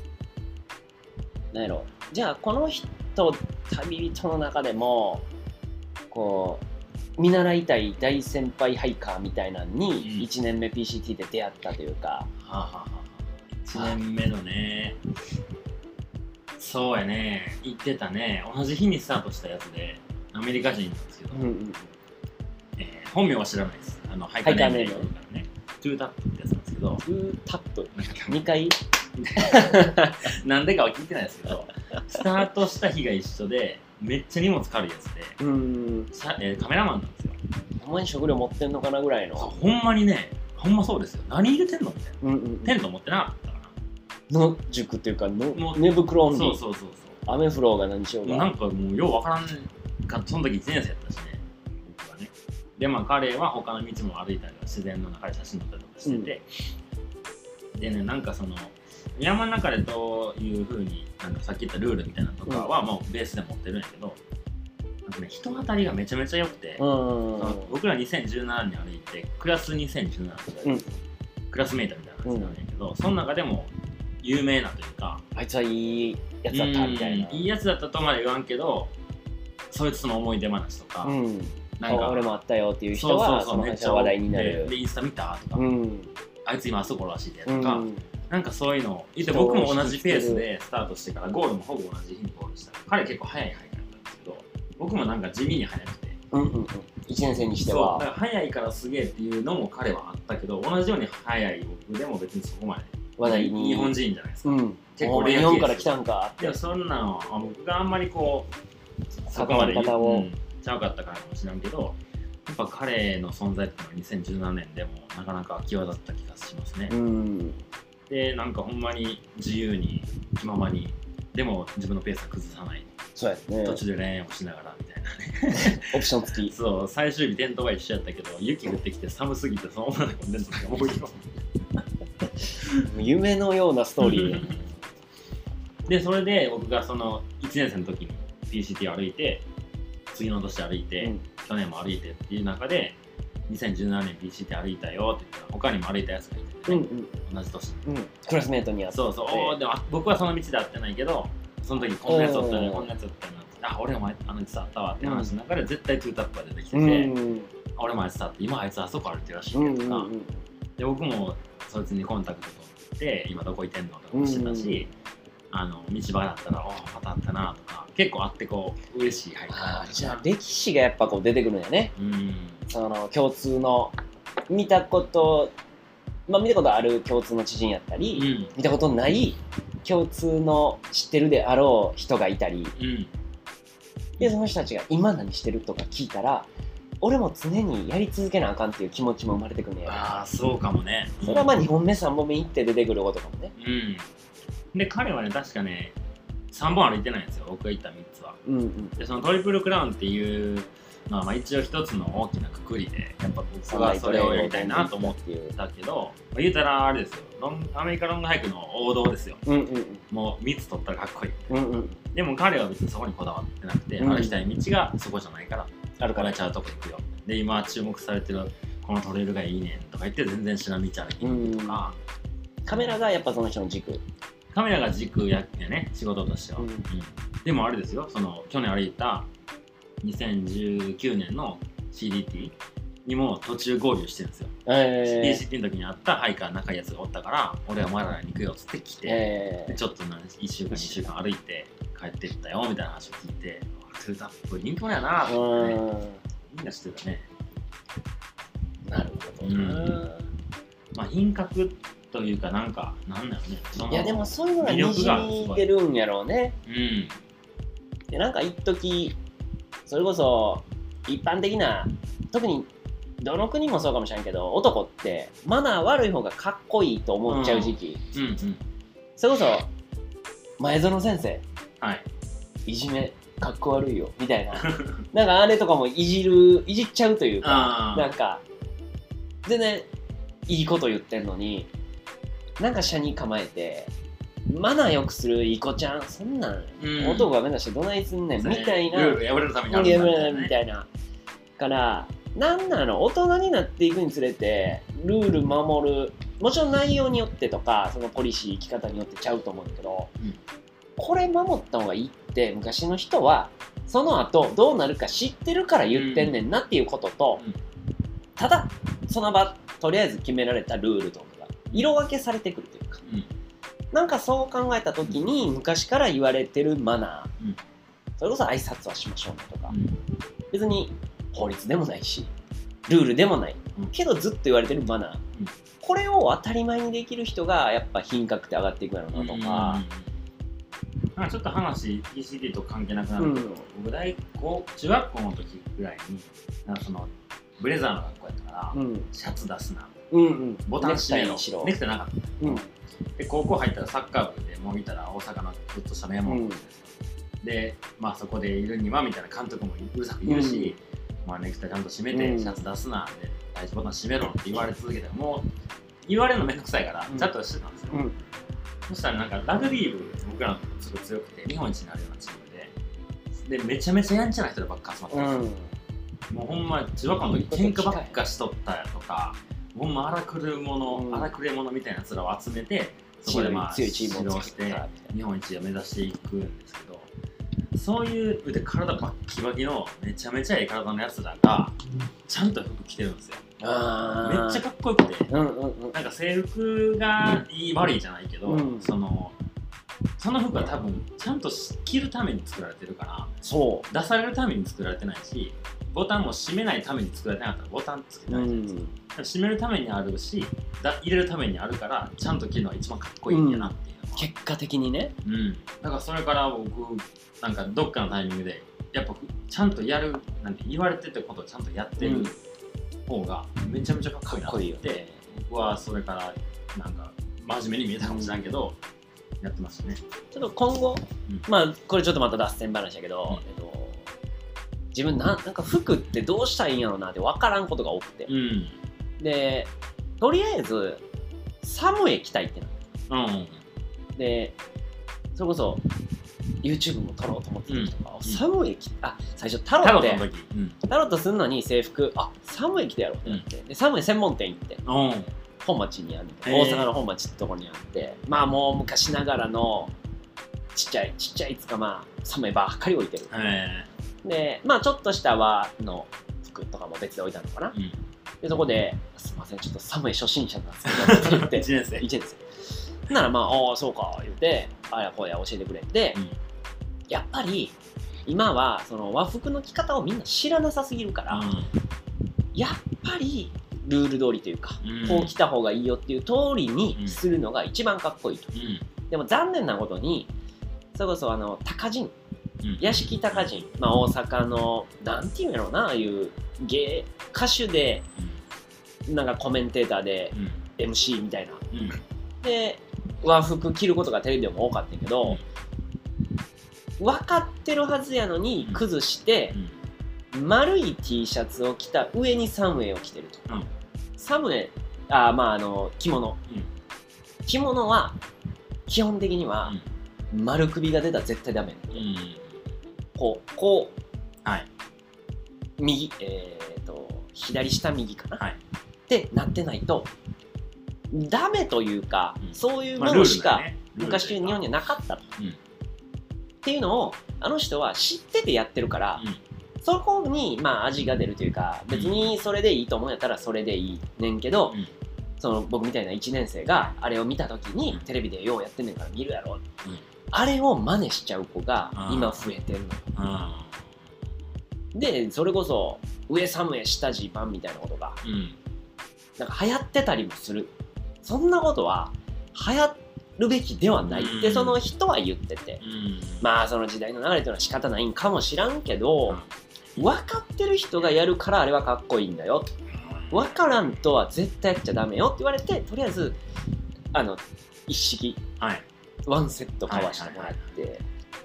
なんやろ、じゃあこの人旅人の中でもこう見習いたい大先輩ハイカーみたいなのにいちねんめ ピーシーティー で出会ったというか、はあはあ、いちねんめのね、そうやね、言ってたね、同じ日にスタートしたやつでアメリカ人なんですけど、うんうん、えー、本名は知らないです。あのハイカーネームで言うからね、トゥータップってやつなんですけど、 トゥータップにかいなんでかは聞いてないですけど、スタートした日が一緒でめっちゃ荷物軽いやつで、うん、えー、カメラマンなんですよ。 ほんまに食料持ってんのかなぐらいの。 ほんまにね、ほんまそうですよ。何入れてんのみたいな、うんうん、テント持ってなかったかな、 の塾っていうかの寝袋オンリー、 そうそうそうそう、 雨降ろうが何しようがなんかもうようわからんか、その時いちねん生やったしね、僕はね。でまあ彼は他の道も歩いたり自然の中で写真撮ったりとかしてて、うん、でね、なんかその山の中でどういう風になんかさっき言ったルールみたいなのとかはもうベースで持ってるんやけど、なんかね、人当たりがめちゃめちゃ良くて、僕らにせんじゅうななねん歩いてクラスにせんじゅうななって、うん、クラスメイトみたいな感じなんやけど、うん、その中でも有名なというか、 あいつはいいやつだったみたいな、 いいやつだったとまで言わんけど、そいつの思い出話とか、うん、 なんか俺もあったよっていう人はその話話題になる。 でインスタ見たとか、うん、あいつ今あそこらしいでとか、うん、なんかそういうのを言って、僕も同じペースでスタートしてからゴールもほぼ同じ日にゴールした。彼結構早い早いなんですけど、僕もなんか地味に早くて、 うんうんうん、いちねん生にしてはそうだから早いからすげえっていうのも彼はあったけど、同じように早い僕でも別にそこまで話題に日本人じゃないですか、 うん、結構レアケース、日本から来たんかって。 でもそんなの僕があんまりこうそこまで言う、うん、ちゃうかったからかもしれんけど、やっぱ彼の存在っていうのはにせんじゅうななねんでもなかなか際立った気がしますね、うん、でなんかほんまに自由に気ままに、でも自分のペースは崩さない、 そうやね、 途中で恋愛をしながらみたいなねオプション付き。 そう、最終日テントは一緒やったけど雪降ってきて寒すぎてその女の子のテントがもういいよ夢のようなストーリーでそれで僕がそのいちねん生の時に ピーシーティー を歩いて、次の年歩いて、うん、去年も歩いてっていう中でにせんじゅうななねん ピーシーティー 歩いたよって言ったら、他にも歩いたやつがいてね、うんうん、同じ年に、うん、 クラスメートに会って、 そうそう、おでも僕はその道で会ってないけど、その時こんなやつおったよね、こんなやつおったよね、あ、俺もあのやつあったわって話の中で絶対トゥータップが出てきてて、うん、俺もあいつだって、今あいつあそこ歩いてるらしいけどとか、うんうんうん、で僕もそいつにコンタクト取って今どこいてんのとかもしてたし、 あの道場だったら「おまたあったな」とか結構あってこう嬉しい俳句あじゃあ歴史がやっぱこう出てくるんやね。 うんその共通の見たことまあ見たことある共通の知人やったり、 うん見たことない共通の知ってるであろう人がいたり、 うんでその人たちが今何してるとか聞いたら俺も常にやり続けなあかんっていう気持ちも生まれてくるんや。 ああそうかもね。 それはまあにほんめさんぼんめ行って出てくることかもね。 うんで彼はね確かねさんぼん歩いてないんですよ僕が行ったみっつは。 うんうん、 でそのトリプルクラウンっていうまあ、まあ一応一つの大きな括りでやっぱ僕はそれをやりたいなと思ってたけど、まあ、言うたらあれですよロンアメリカロングハイクの王道ですよ、うんうん、もうみっつ取ったらかっこいい、うんうん、でも彼は別にそこにこだわってなくて、うん、歩きたい道がそこじゃないから歩かれちゃうとこ行くよで今注目されてるこのトレイルがいいねんとか言って全然知らん道歩きに行くとか、 うん、カメラがやっぱその人の軸カメラが軸やね仕事としては、うんうん、でもあれですよその去年歩いたにせんじゅうきゅうねんの シーディーティー にも途中合流してるんですよ、えー、シーディーティー の時にあったハイカー仲いいやつがおったから俺はマララに行くよっつって来て、えー、でちょっといっしゅうかんにしゅうかん歩いて帰ってったよみたいな話を聞いてトゥータップ人気者やなと思ってねみんな知ってたね。 なるほどな、うん、 まあ品格というかなんかなんだろうねそのいやでもそういうのがにじみ出るんやろうね。うんでなんか一時それこそ一般的な特にどの国もそうかもしれんけど男ってマナー悪い方がかっこいいと思っちゃう時期、うんうんうん、それこそ前園先生、はい、いじめかっこ悪いよみたいななんかあれとかもいじるいじっちゃうというかなんか全然いいこと言ってんのになんか車に構えてマナーよくするいこちゃんそんなん、うん、男が目指してどないすんねんみたいなルール破れるためにあるんだみたいなからなんなの大人になっていくにつれてルール守るもちろん内容によってとかそのポリシー生き方によってちゃうと思うんだけど、うん、これ守った方がいいって昔の人はその後どうなるか知ってるから言ってんねんなっていうことと、うん、ただその場とりあえず決められたルールとかが色分けされてくるというか、うんなんかそう考えた時に昔から言われてるマナー、うん、それこそ挨拶はしましょうねとか、うん、別に法律でもないしルールでもない、うん、けどずっと言われてるマナー、うん、これを当たり前にできる人がやっぱ品格って上がっていくやろうなとか、 なんかちょっと話 イーシーディー と関係なくなるけど、うん、僕大学中学校の時ぐらいになんかそのブレザーの学校やったから、うん、シャツ出すな、うんうん、ボタン閉めろネクタイなかった、うんで高校入ったらサッカー部でもう見たら大阪のちょっとした名門校ですよ、うん、で、まあ、そこでいるにはみたいな監督もうるさく言うし、うんまあ、ネクタイちゃんと締めて、うん、シャツ出すなで第一ボタン閉めろって言われ続けてもう言われるのめんどくさいからちゃんとしてたんですよ、うん、そしたらなんかラグビー部僕らのすごい強くて日本一になるようなチームででめちゃめちゃやんちゃな人ばっか集まってたんですよ、うん、もうほんま中学校の時喧嘩ばっかしとったやとかほんま荒くれ者、うん、荒くれ者みたいなやつらを集めてそこでまあ指導して日本一を目指していくんですけどそういうで体バッキバキのめちゃめちゃいい体のやつらがちゃんと服着てるんですよ。めっちゃかっこよくて、うんうんうん、なんか制服がいい悪いじゃないけど、うん、そのその服は多分ちゃんと着るために作られてるからそう出されるために作られてないしボタンも閉めないために作られてなかったらボタンつけないじゃないですか、うん、閉めるためにあるしだ入れるためにあるからちゃんと着るのが一番かっこいいんやなっていうのは、うん、 結果的にね、 うん、だからそれから僕なんかどっかのタイミングでやっぱちゃんとやるなんて言われてたことをちゃんとやってる方がめちゃめちゃかっこいいなって、うん、僕はそれからなんか真面目に見えたかもしれないけど、うん、やってますね。 ちょっと今後、うん、まあこれちょっとまた脱線話だけど、うんえっと自分 な, なんか服ってどうしたらいいんやろうなって分からんことが多くて、うん、でとりあえず寒い着たいってなる、うん、でそれこそ YouTube も撮ろうと思ってた時とか、うん、寒い着あ最初タロットってタロットするのに制服あ寒い着てやろうってなって、うん、で寒い専門店行って、うん、本町にある大阪の本町ってところにあってまあもう昔ながらのちっちゃいちっちゃいいつかまあ寒いばっかり置いてる、でまあちょっとした和の服とかも別で置いてあるのかな、うん、でそこですいませんちょっと寒い初心者なんですけどって言っていちねん生いちねん生ならまあああそうか言うてあやこうや教えてくれて、うん、やっぱり今はその和服の着方をみんな知らなさすぎるから、うん、やっぱりルール通りというか、うん、こう着た方がいいよっていう通りにするのが一番かっこいいと、うん、でも残念なことにそれこそあの高人、うん、屋敷高人、まあ、大阪のなんていうんやろうなああいう芸歌手で、うん、なんかコメンテーターで、うん、エムシー みたいな、うん、で和服着ることがテレビでも多かったけど、うん、分かってるはずやのに崩して、うん、丸い T シャツを着た上にサムエを着てると、うん、サムエあまああの着物、うん、着物は基本的には丸首が出たら絶対ダメ、うん、こうこう、はい、右えー、と左下右かな、はい、ってなってないとダメというか、うん、そういうものしか昔日本にはなかったと、うん、っていうのをあの人は知っててやってるから、うん、そこにまあ味が出るというか別にそれでいいと思うんやったらそれでいいねんけど、うん、その僕みたいないちねん生があれを見た時にテレビでようやってんねんから見るやろ、うん、あれを真似しちゃう子が今増えてるのでそれこそ上サムエ下ジーパンみたいなことが、うん、なんか流行ってたりもする。そんなことは流行るべきではないってその人は言ってて、うん、まあその時代の流れというのは仕方ないんかもしらんけど、うん、分かってる人がやるからあれはかっこいいんだよ、分からんとは絶対やっちゃダメよって言われてとりあえずあの一式、はい、ワンセット買わしてもらって、はいはいはい、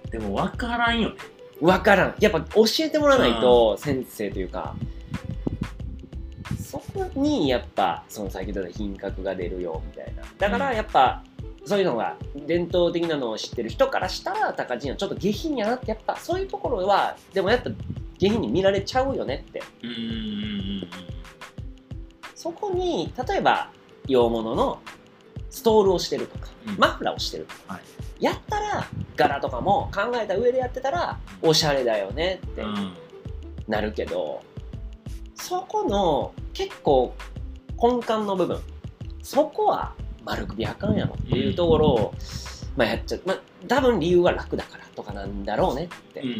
でも分からんよね。 分からんやっぱ教えてもらわないと先生というかそこにやっぱその先ほどの品格が出るよみたいな。だからやっぱ、うん、そういうのが伝統的なのを知ってる人からしたら高人はちょっと下品やなってやっぱそういうところはでもやっぱ下品に見られちゃうよねって。うーんそこに例えば洋物のストールをしてるとか、うん、マフラーをしてるとか、はい、やったら柄とかも考えた上でやってたらおしゃれだよねってなるけど、うん、そこの結構根幹の部分そこは丸首あかんやろっていうところを、うん、まあやっちゃう、まあ多分理由は楽だからとかなんだろうねって、うんうんうん、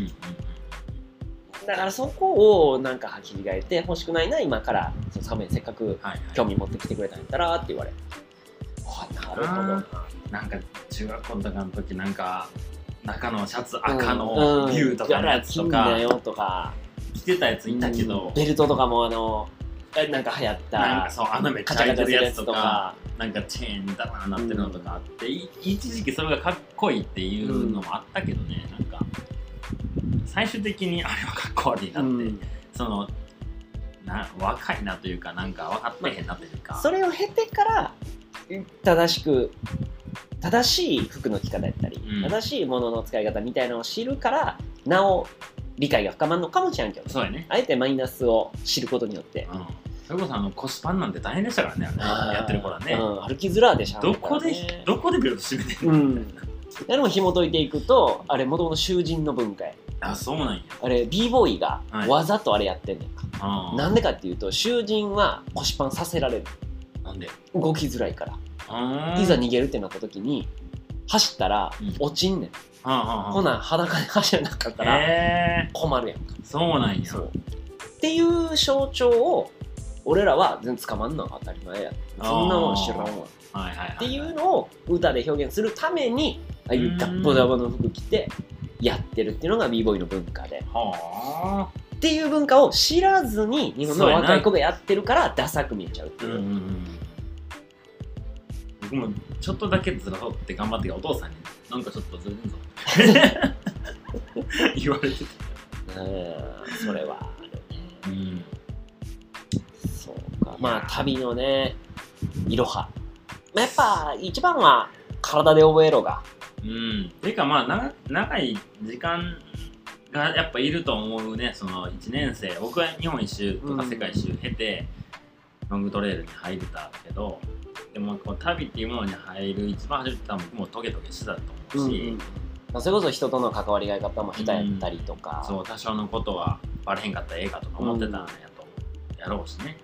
だからそこをなんか履き違えて欲しくないな今からそのサムエせっかく興味持ってきてくれたんやったらって言われて、はいはい、あなるほどな。 なんか中学校とかの時なんか中のシャツ赤のビューとかのやつとか、 うんうん、よとか着てたやついたけど、 うん、ベルトとかもあのなんか流行ったなんかそう穴めっちゃ開いてるやつとかなんかチェーンだななってるのとかあって、うん、一時期それがかっこいいっていうのもあったけどね、うん、なんか最終的にあれはかっこ悪いなって、うん、そのな若いなというかなんか分かってへんなというか、 それを経てから正しく正しい服の着方やったり、うん、正しいものの使い方みたいなのを知るからなお理解が深まるのかもしれんけど、ね、 そうやね、 あえてマイナスを知ることによって、うん、 それこそあの腰パンなんて大変でしたからね、あれやってる頃はね、 うん、歩きづらでしゃべったら、ね、どこでどこでベルト締めてるの、うん、 でも紐解いていくとあれもともと囚人の文化や。 あ、そうなんや。 あれ b ボーイがわざとあれやってんねんか、はい、なんでかっていうと囚人は腰パンさせられる。 なんで？ 動きづらいから。いざ逃げるってなった時に走ったら落ちんねん、うん、ほな裸で走らなかったら困るやんか。 そうなんや。 そうっていう象徴を俺らは全然捕まんのが当たり前や、そんなもん知らんわ、はいはいはい、っていうのを歌で表現するためにああいうガッポダボの服着てやってるっていうのが b ボーイの文化で、はあ、っていう文化を知らずに日本の若い子がやってるからダサく見えちゃうっていう。うんうんうん、 僕もちょっとだけずらそうって頑張ってお父さんになんかちょっとずれてんぞ言われてた。 うん、それはあるね、うん、そうか。まあ旅のねいろは、まあ、やっぱ一番は体で覚えろが、 うん、ていうかまあ長、長い時間がやっぱいると思うね。そのいちねん生、僕は日本一周とか世界一周経て、うん、ロングトレイルに入れたけど、でもこう旅っていうものに入る一番初めて多分僕もトゲトゲしてたと思うし、うんうん、それこそ人との関わりがい方も下手やったりとか、 うん、そう多少のことはバレへんかったらええかとか思ってたんやと思う、うん、やろうしね。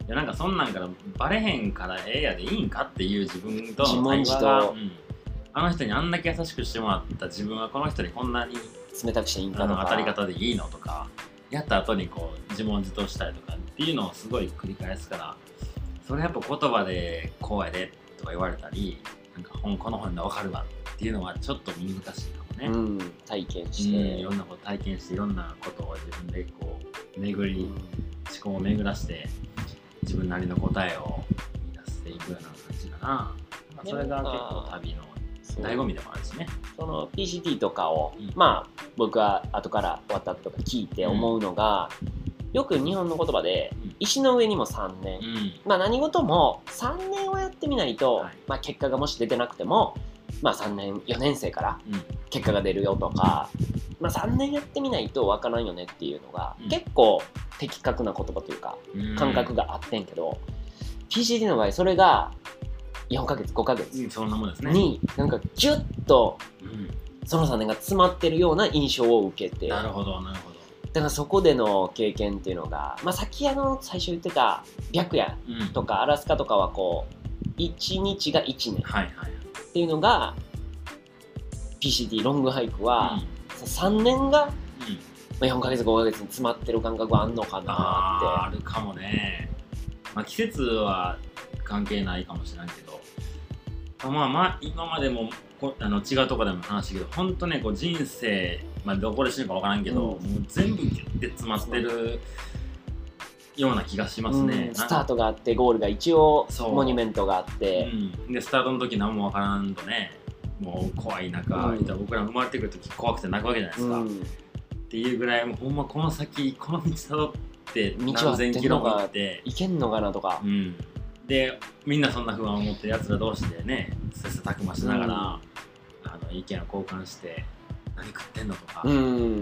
やなんかそんなんからバレへんからええやでいいんかっていう自分と自の問自答対話が、うん、あの人にあんだけ優しくしてもらった自分はこの人にこんなに冷たくしていいんかとか当たり方でいいのとかやった後にこう自問自答したりとかっていうのをすごい繰り返すから、それやっぱ言葉でこうやでとか言われたりなんか本この本で分かるわっていうのはちょっと難しいかもね、 うん、体験して、うん、 いろんなこと体験していろんなことを自分でこう巡り、うん、思考を巡らして自分なりの答えを見出していくような感じかな、まあ、それが結構旅の醍醐味でもあるしね。 その ピーシーティー とかを、うん、まあ僕は後から終わったとか聞いて思うのが、うん、よく日本の言葉で、うん、石の上にもさんねん、うん、まあ何事もさんねんをやってみないと、はい、まあ、結果がもし出てなくてもまあさんねんよねん生から結果が出るよとか、まあ、さんねんやってみないとわからんよねっていうのが、うん、結構的確な言葉というか感覚があってんけど、うん、ピーシーティー の場合それがよんかげつごかげつになんかギュッとそのさんねんが詰まってるような印象を受けて、 なるほどなるほど。 だからそこでの経験っていうのが、まあ、さっきあの最初言ってた白夜とかアラスカとかはこういちにちがいちねんっていうのが ピーシーティー ロングハイクはさんねんがよんかげつごかげつに詰まってる感覚はあんのかなって。 あ, あるかもね、まあ、季節は関係ないかもしれないけど、まあまあ今までもこあの違うところでも話したけど本当ねこう人生、まあ、どこで死ぬか分からんけど、うん、もう全部ギュッて詰まってるような気がしますね、 うん、スタートがあってゴールが一応モニュメントがあって、 うん、でスタートの時何も分からんとねもう怖い中、うん、僕ら生まれてくる時怖くて泣くわけじゃないですか、うん、っていうぐらいもうほんまこの先この道たどって何千キロも行っていけんのかなとか、 うん、でみんなそんな不安を持ってやつら同士でね切磋琢磨しながら、うん、あの意見を交換して何食ってんのとか、 うん、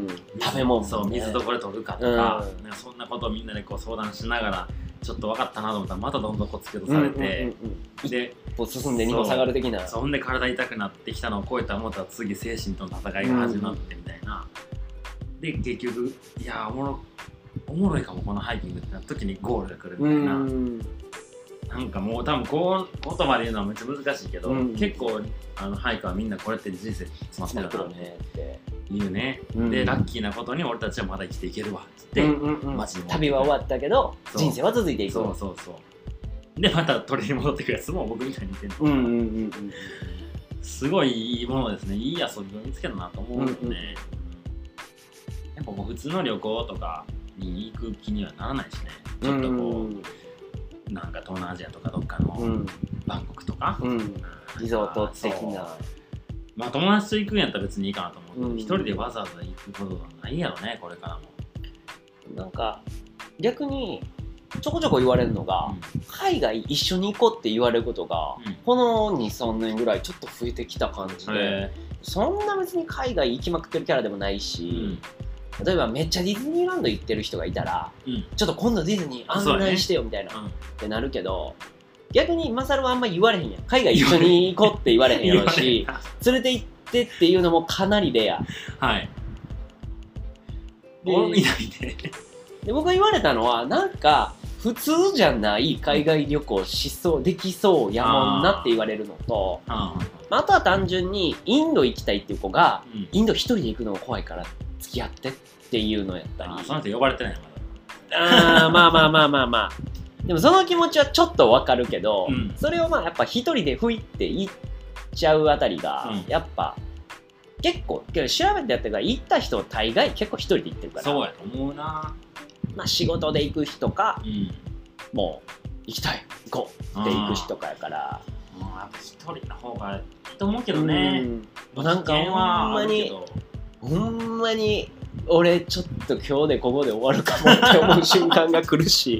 食べ物、ね、 そう水どこで取るかとか、うん、なんかそんなことをみんなでこう相談しながらちょっと分かったなと思ったらまたどんどんこつけとされて、うんうんうんうん、で進んでに歩下がる的な、 そんで体痛くなってきたのを超えた思ったら次精神との戦いが始まってみたいな、うん、で結局いやおもろおもろいかもこのハイキングってなった時にゴールが来るみたいな、うん、なんかもう多分こう言葉で言うのはめっちゃ難しいけど、うん、結構あのハイカーはみんなこれって人生詰まってるからねって言うね、うん、でラッキーなことに俺たちはまだ生きていけるわって、うんうんうん、街に旅は終わったけど人生は続いていく。 そうそうそうでまた鳥に戻ってくるやつも僕みたいに似てる、うんうんうんうん、すごいいいものですね。いい遊びを見つけたなと思うよね、うんうん、やっぱもう普通の旅行とかに行く気にはならないしね。ちょっとこう、うん、なんか東南アジアとかどっかの、うん、バンコクとか、うん、 リゾート的な、 まあ友達と行くんやったら別にいいかなと思うけど、うん、一人でわざわざ行くことはないやろねこれからも。 なんか逆にちょこちょこ言われるのが、うん、海外一緒に行こうって言われることが、うん、この にさんねんぐらいちょっと増えてきた感じで、そんな別に海外行きまくってるキャラでもないし、うん、例えばめっちゃディズニーランド行ってる人がいたら、うん、ちょっと今度ディズニー案内してよみたいな、ね、うん、ってなるけど、逆にマサルはあんま言われへんやん。海外一緒に行こうって言われへんやろし連れて行ってっていうのもかなりレア。 はいでいないでで僕が言われたのはなんか普通じゃない海外旅行しそうできそうやもんなって言われるのと、 あ, あ, あとは単純にインド行きたいっていう子が、うん、インド一人で行くのが怖いから付き合ってっていうのやったり。 あその人呼ばれてないのまだ。あまあまあまあまあまあでもその気持ちはちょっとわかるけど、うん、それをまあやっぱ一人で吹いて行っちゃうあたりが、うん、やっぱ結構調べてやってるから行った人大概結構一人で行ってるから。 そうやと思うな。 まあ仕事で行く人か、うん、もう行きたい行こうって行く人かやから。 もうやっぱ一人の方がいいと思うけどね。 うん、なんかほんまにほんまに俺ちょっと今日でここで終わるかもって思う瞬間が来るし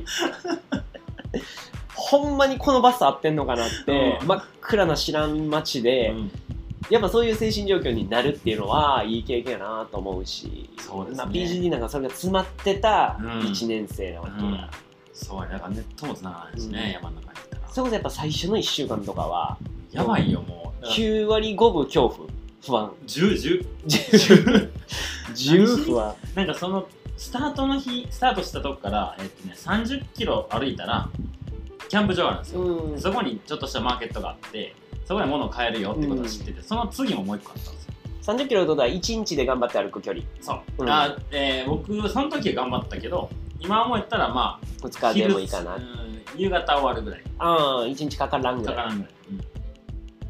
ほんまにこのバス合ってんのかなって、うん、真っ暗な知らん街で、うん、やっぱそういう精神状況になるっていうのはいい経験やなと思うし、 そうですね、 まあ、ピージーディー なんかそれが詰まってたいちねん生なわけや、うんうん、 そうや、なんかネットもつながないしね、うん、山の中に行ったら。 そこでやっぱ最初のいっしゅうかんとかはやばいよもうきゅうわりごぶ恐怖不安じゅう、じゅうじゅう不安なんかそのスタートの日スタートしたとこから、えっとね、さんじゅっキロ歩いたらキャンプ場があるんですよ、うん、そこにちょっとしたマーケットがあってそこで物を買えるよってことを知ってて、うん、その次ももう一個あったんですよ。 さんじゅっキロとかいちにちで頑張って歩く距離。 そう、うん、あ、えー、僕その時は頑張ったけど今思ったらまあふつかでもいいかな、 夕方終わるぐらい。 ああ、いちにちかからんぐらい。 かからんぐらい、うん、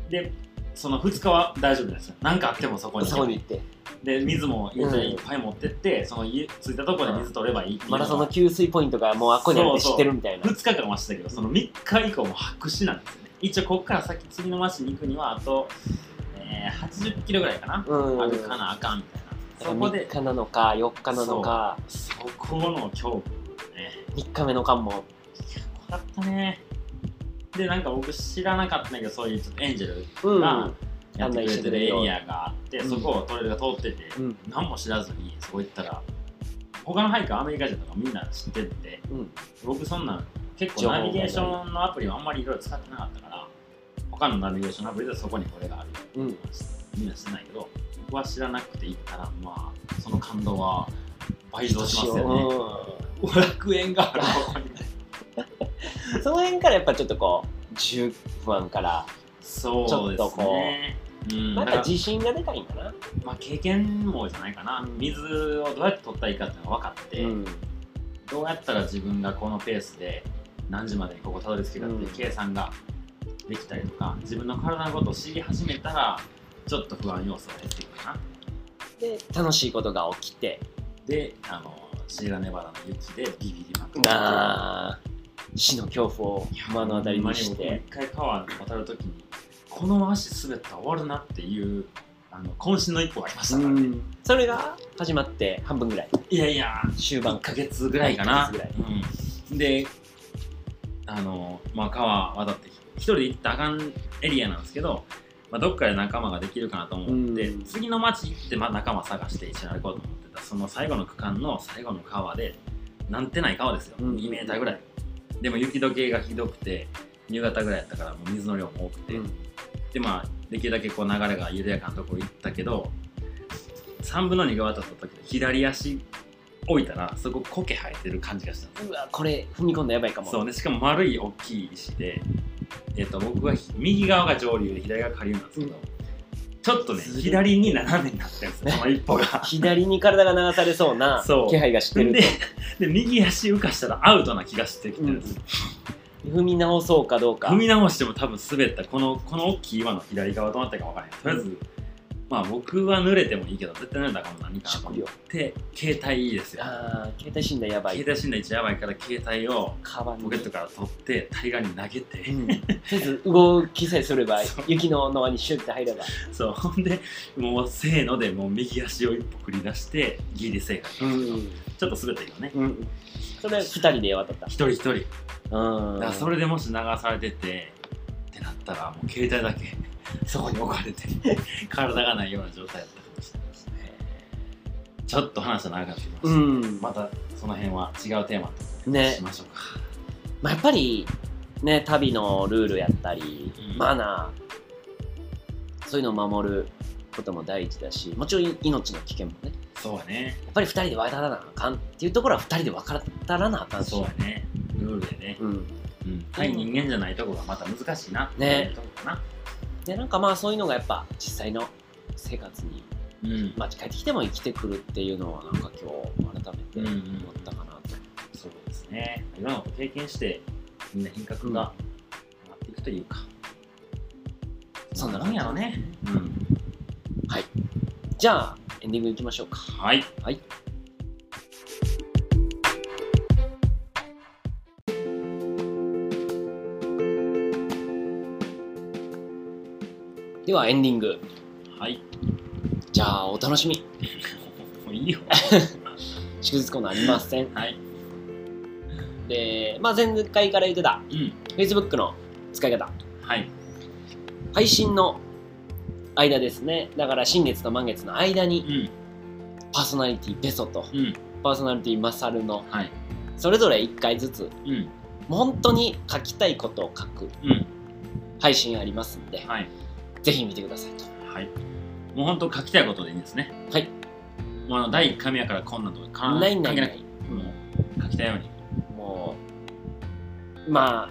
でそのふつかは大丈夫ですよ。何かあってもそこにそこに行ってで水もいっぱい持ってって、うん、その着いたところで水取ればいいっていう。 マラソンの給水ポイントがもうあっこにあって知ってるみたいな。 そうそうふつかかんはしてたけどそのみっか以降も白紙なんですよね。一応ここから先次の町に行くにはあと、えー、はちじゅっキロぐらいかな、うん、歩かなあかんみたいな。そこでみっかなのかよっかなのかそ, そこの恐怖ね。 みっかめの関門怖かったね。でなんか僕知らなかったんだけどそういうちょっとエンジェルがやってくれてるエリアがあって、うん、そこをトレイルが通ってて、うん、何も知らずにそこ行ったら他のハイカーアメリカ人とかみんな知ってて、うん、僕そんな結構ナビゲーションのアプリはあんまりいろいろ使ってなかったから他のナビゲーションのアプリでそこにこれがあるよって、うん、みんな知ってないけど僕は知らなくて行ったらまあその感動は倍増しますよね。ごひゃくえんがあるここにその辺からやっぱちょっとこう自由不安からそうちょっとこう、うん、なんか自信がでかいんかな。 まあ経験もじゃないかな、うん、水をどうやって取ったらいいかっていうのが分かって、うん、どうやったら自分がこのペースで何時までにここたどり着けるかっていう計算ができたりとか、うん、自分の体のことを知り始めたらちょっと不安要素が減っていくかな。 で楽しいことが起きてであのシエラネバダの雪でビビりまくるあ死の恐怖を目の当たりにして、 一回川渡るときにこの足滑ったら終わるなっていうあの渾身の一歩がありましたからね。 それが始まって半分ぐらい。 いやいや終盤いっかげつぐらいかな。うん、であの、まあ、川渡って一人で行ったらあかんエリアなんですけど、まあ、どっかで仲間ができるかなと思って次の町行って、まあ、仲間探して一緒に歩こうと思ってたその最後の区間の最後の川でなんてない川ですよ、うん、にメーターぐらい。でも雪解けがひどくて夕方ぐらいやったからもう水の量も多くて、うん、でまあできるだけこう流れが緩やかなところ行ったけどさんぶんのにが渡った時左足置いたらそこ苔生えてる感じがしたんです。 うわこれ踏み込んだやばいかも。 そうね、しかも丸い大きい石で、えー、と僕は右側が上流で左側が下流なんですけど、うん、ちょっとね左に斜めになってるんですよその一歩が左に体が流されそうな気配がしてると。 で, で右足浮かしたらアウトな気がしてきてるんです、 うん、踏み直そうかどうか。 踏み直しても多分滑ったこのこの大きい岩の左側どうなったか分からない。とりあえず、うんまあ僕は濡れてもいいけど絶対濡れたらかも何かなと思って携帯いいですよ。 ああ携帯死んだやばい。 携帯死んだ一やばいから携帯をポケットから取って対岸に投げて、うん、 とりあえず動きさえすれば雪の縄にシュッて入ればそうほんでもうせーのでもう右足を一歩繰り出してギリセーフだったんですけど、うん、ちょっと滑ったけどね、うん、 それふたりで渡った。 一人一人、うん、だからそれでもし流されててってなったらもう携帯だけそこに置かれて体がないような状態だったかもしれないですね。ちょっと話は長くなってきました、うん、またその辺は違うテーマとねしましょうか。 まあ、やっぱりね旅のルールやったり、うん、マナーそういうのを守ることも大事だしもちろん命の危険もね。 そうだね。 やっぱりふたりで渡らなあかんっていうところはふたりで渡らなあかんし。 そうだねルールでね、うんうん、対人間じゃないところがまた難しいなっていうところかな、ね。 でなんかまあそういうのがやっぱ実際の生活に、うん、まあ帰ってきても生きてくるっていうのはなんか今日改めて思ったかなと、うんうん、 そうですね。いろんなこと経験してみんな品格が上がっていくというか、うん、そんなもんやろね、うん、 はいじゃあエンディングいきましょうか。 はい、 はいではエンディング。 はい。 じゃあお楽しみ。 もういいよ。 祝日コーナーありません。 はい。 で、まあ前回から言ってた、うん、Facebook の使い方。 はい。 配信の間ですね。だから新月と満月の間に、うん、パーソナリティベソと、うん、パーソナリティマサルの、はい、それぞれいっかいずつ、うん、もう本当に書きたいことを書く、うん、配信ありますんで。はいぜひ見てくださいと。 はい。もう本当書きたいことでいいんですね。 はい。 もうあのだいいっかいめやからこんなんとかかないないない、 書けなくてもう書きたいようにもうまあ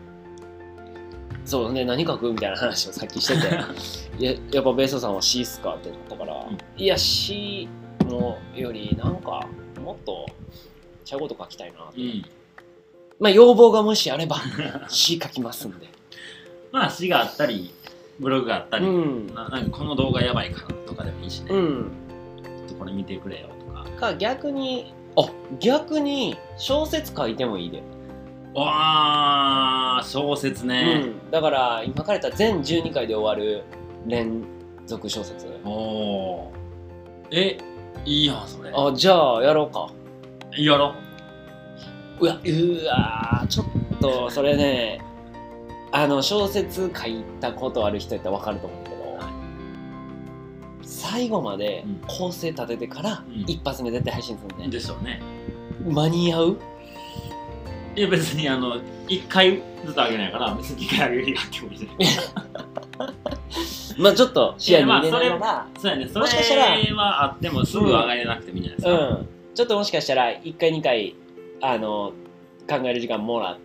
そうね、何書くみたいな話をさっきしててや, やっぱベースさんは C っすかってなったから、うん、いや C のよりなんかもっとちゃうこと書きたいなと、うん、まあ要望がもしあれば C 書きますんでまあ C があったりブログがあったり、うん、ななんかこの動画やばいからとかでもいいしね、うん、ちょっとこれ見てくれよとかか逆にあ逆に小説書いてもいいで。 わー小説ね、 うん、だから今から言ったら全じゅうにかいで終わる連続小説。 おーえいいやんそれ。 あじゃあやろうか。 やろう。うわうわちょっとそれねあの小説書いたことある人やったら分かると思うけど、はい、最後まで構成立ててから一発目絶対配信するね、 うん、でしょうね。 間に合う？ いや別にあのいっかいずつあげないから別ににかいあげる日があってもいいじゃないまあちょっと視野に入れながら、 まあ、そうやねそれはあってもすぐ上がれなくてもいいんじゃないですか、 うんうん、ちょっともしかしたらいっかいにかいあの考える時間もらって、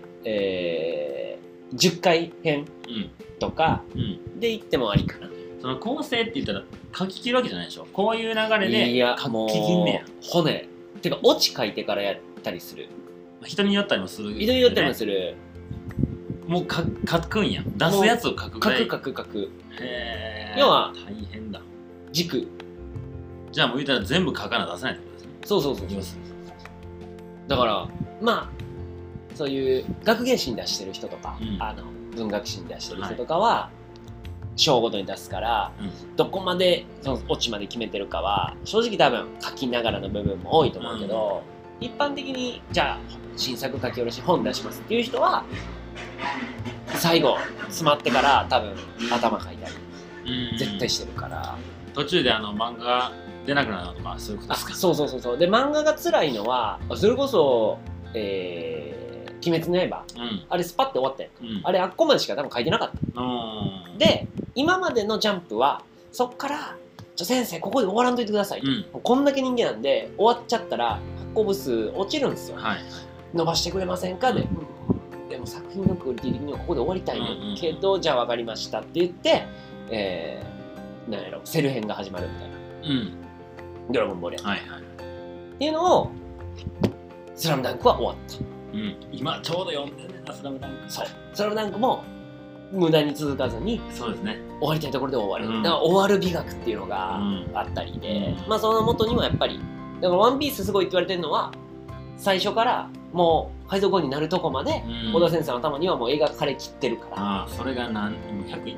うんえー、じゅっかい編とかでいってもありかな、うん、 その構成って言ったら書き切るわけじゃないでしょ。こういう流れでいや書き切んねや骨てかオチ書いてからやったりする。 人によったりもする、ね、 人によったりもする。 もうか書くんや出すやつを書くぐらい。 書く書く書く。 へ要は大変だ。 軸。 じゃあもう言ったら全部書かな出せないってことですね。 そうそうそうそう。だからまあそういう学芸誌に出してる人とか、うん、あの文学誌に出してる人とかは章ごとに出すから、うん、どこまでそのオチまで決めてるかは正直多分書きながらの部分も多いと思うけど、うん、一般的にじゃあ新作書き下ろし本出しますっていう人は最後詰まってから多分頭書いたり絶対してるから、 途中であの漫画が出なくなるとかそういうことですか。 そうそうそうそうで漫画が辛いのはそれこそ、えー、鬼滅の刃、うん、あれスパッて終わったやん、うん、あれあっこまでしか多分書いてなかった、うん、で今までのジャンプはそっからちょ先生ここで終わらんといてください、うん、こんだけ人間なんで終わっちゃったら発行部数落ちるんですよ、はい、伸ばしてくれませんかで、うん、でも作品のクオリティ的にはここで終わりたいねんけど、うんうん、じゃあ分かりましたって言って、えー、なんやろセル編が始まるみたいな、うん、ドラゴンボールや、はいはい、っていうのをスラムダンクは終わった、 うん、今ちょうど読んでるねんなスラムダンク。 そうスラムダンクも無駄に続かずにそうですね終わりたいところで終わる、うん、だから終わる美学っていうのがあったりで、うん、まあその元にはやっぱりだからワンピースすごいって言われてるのは最初からもう海賊王になるとこまで、うん、小田先生の頭にはもう描かれきってるから。 ああそれが何ひゃくいった？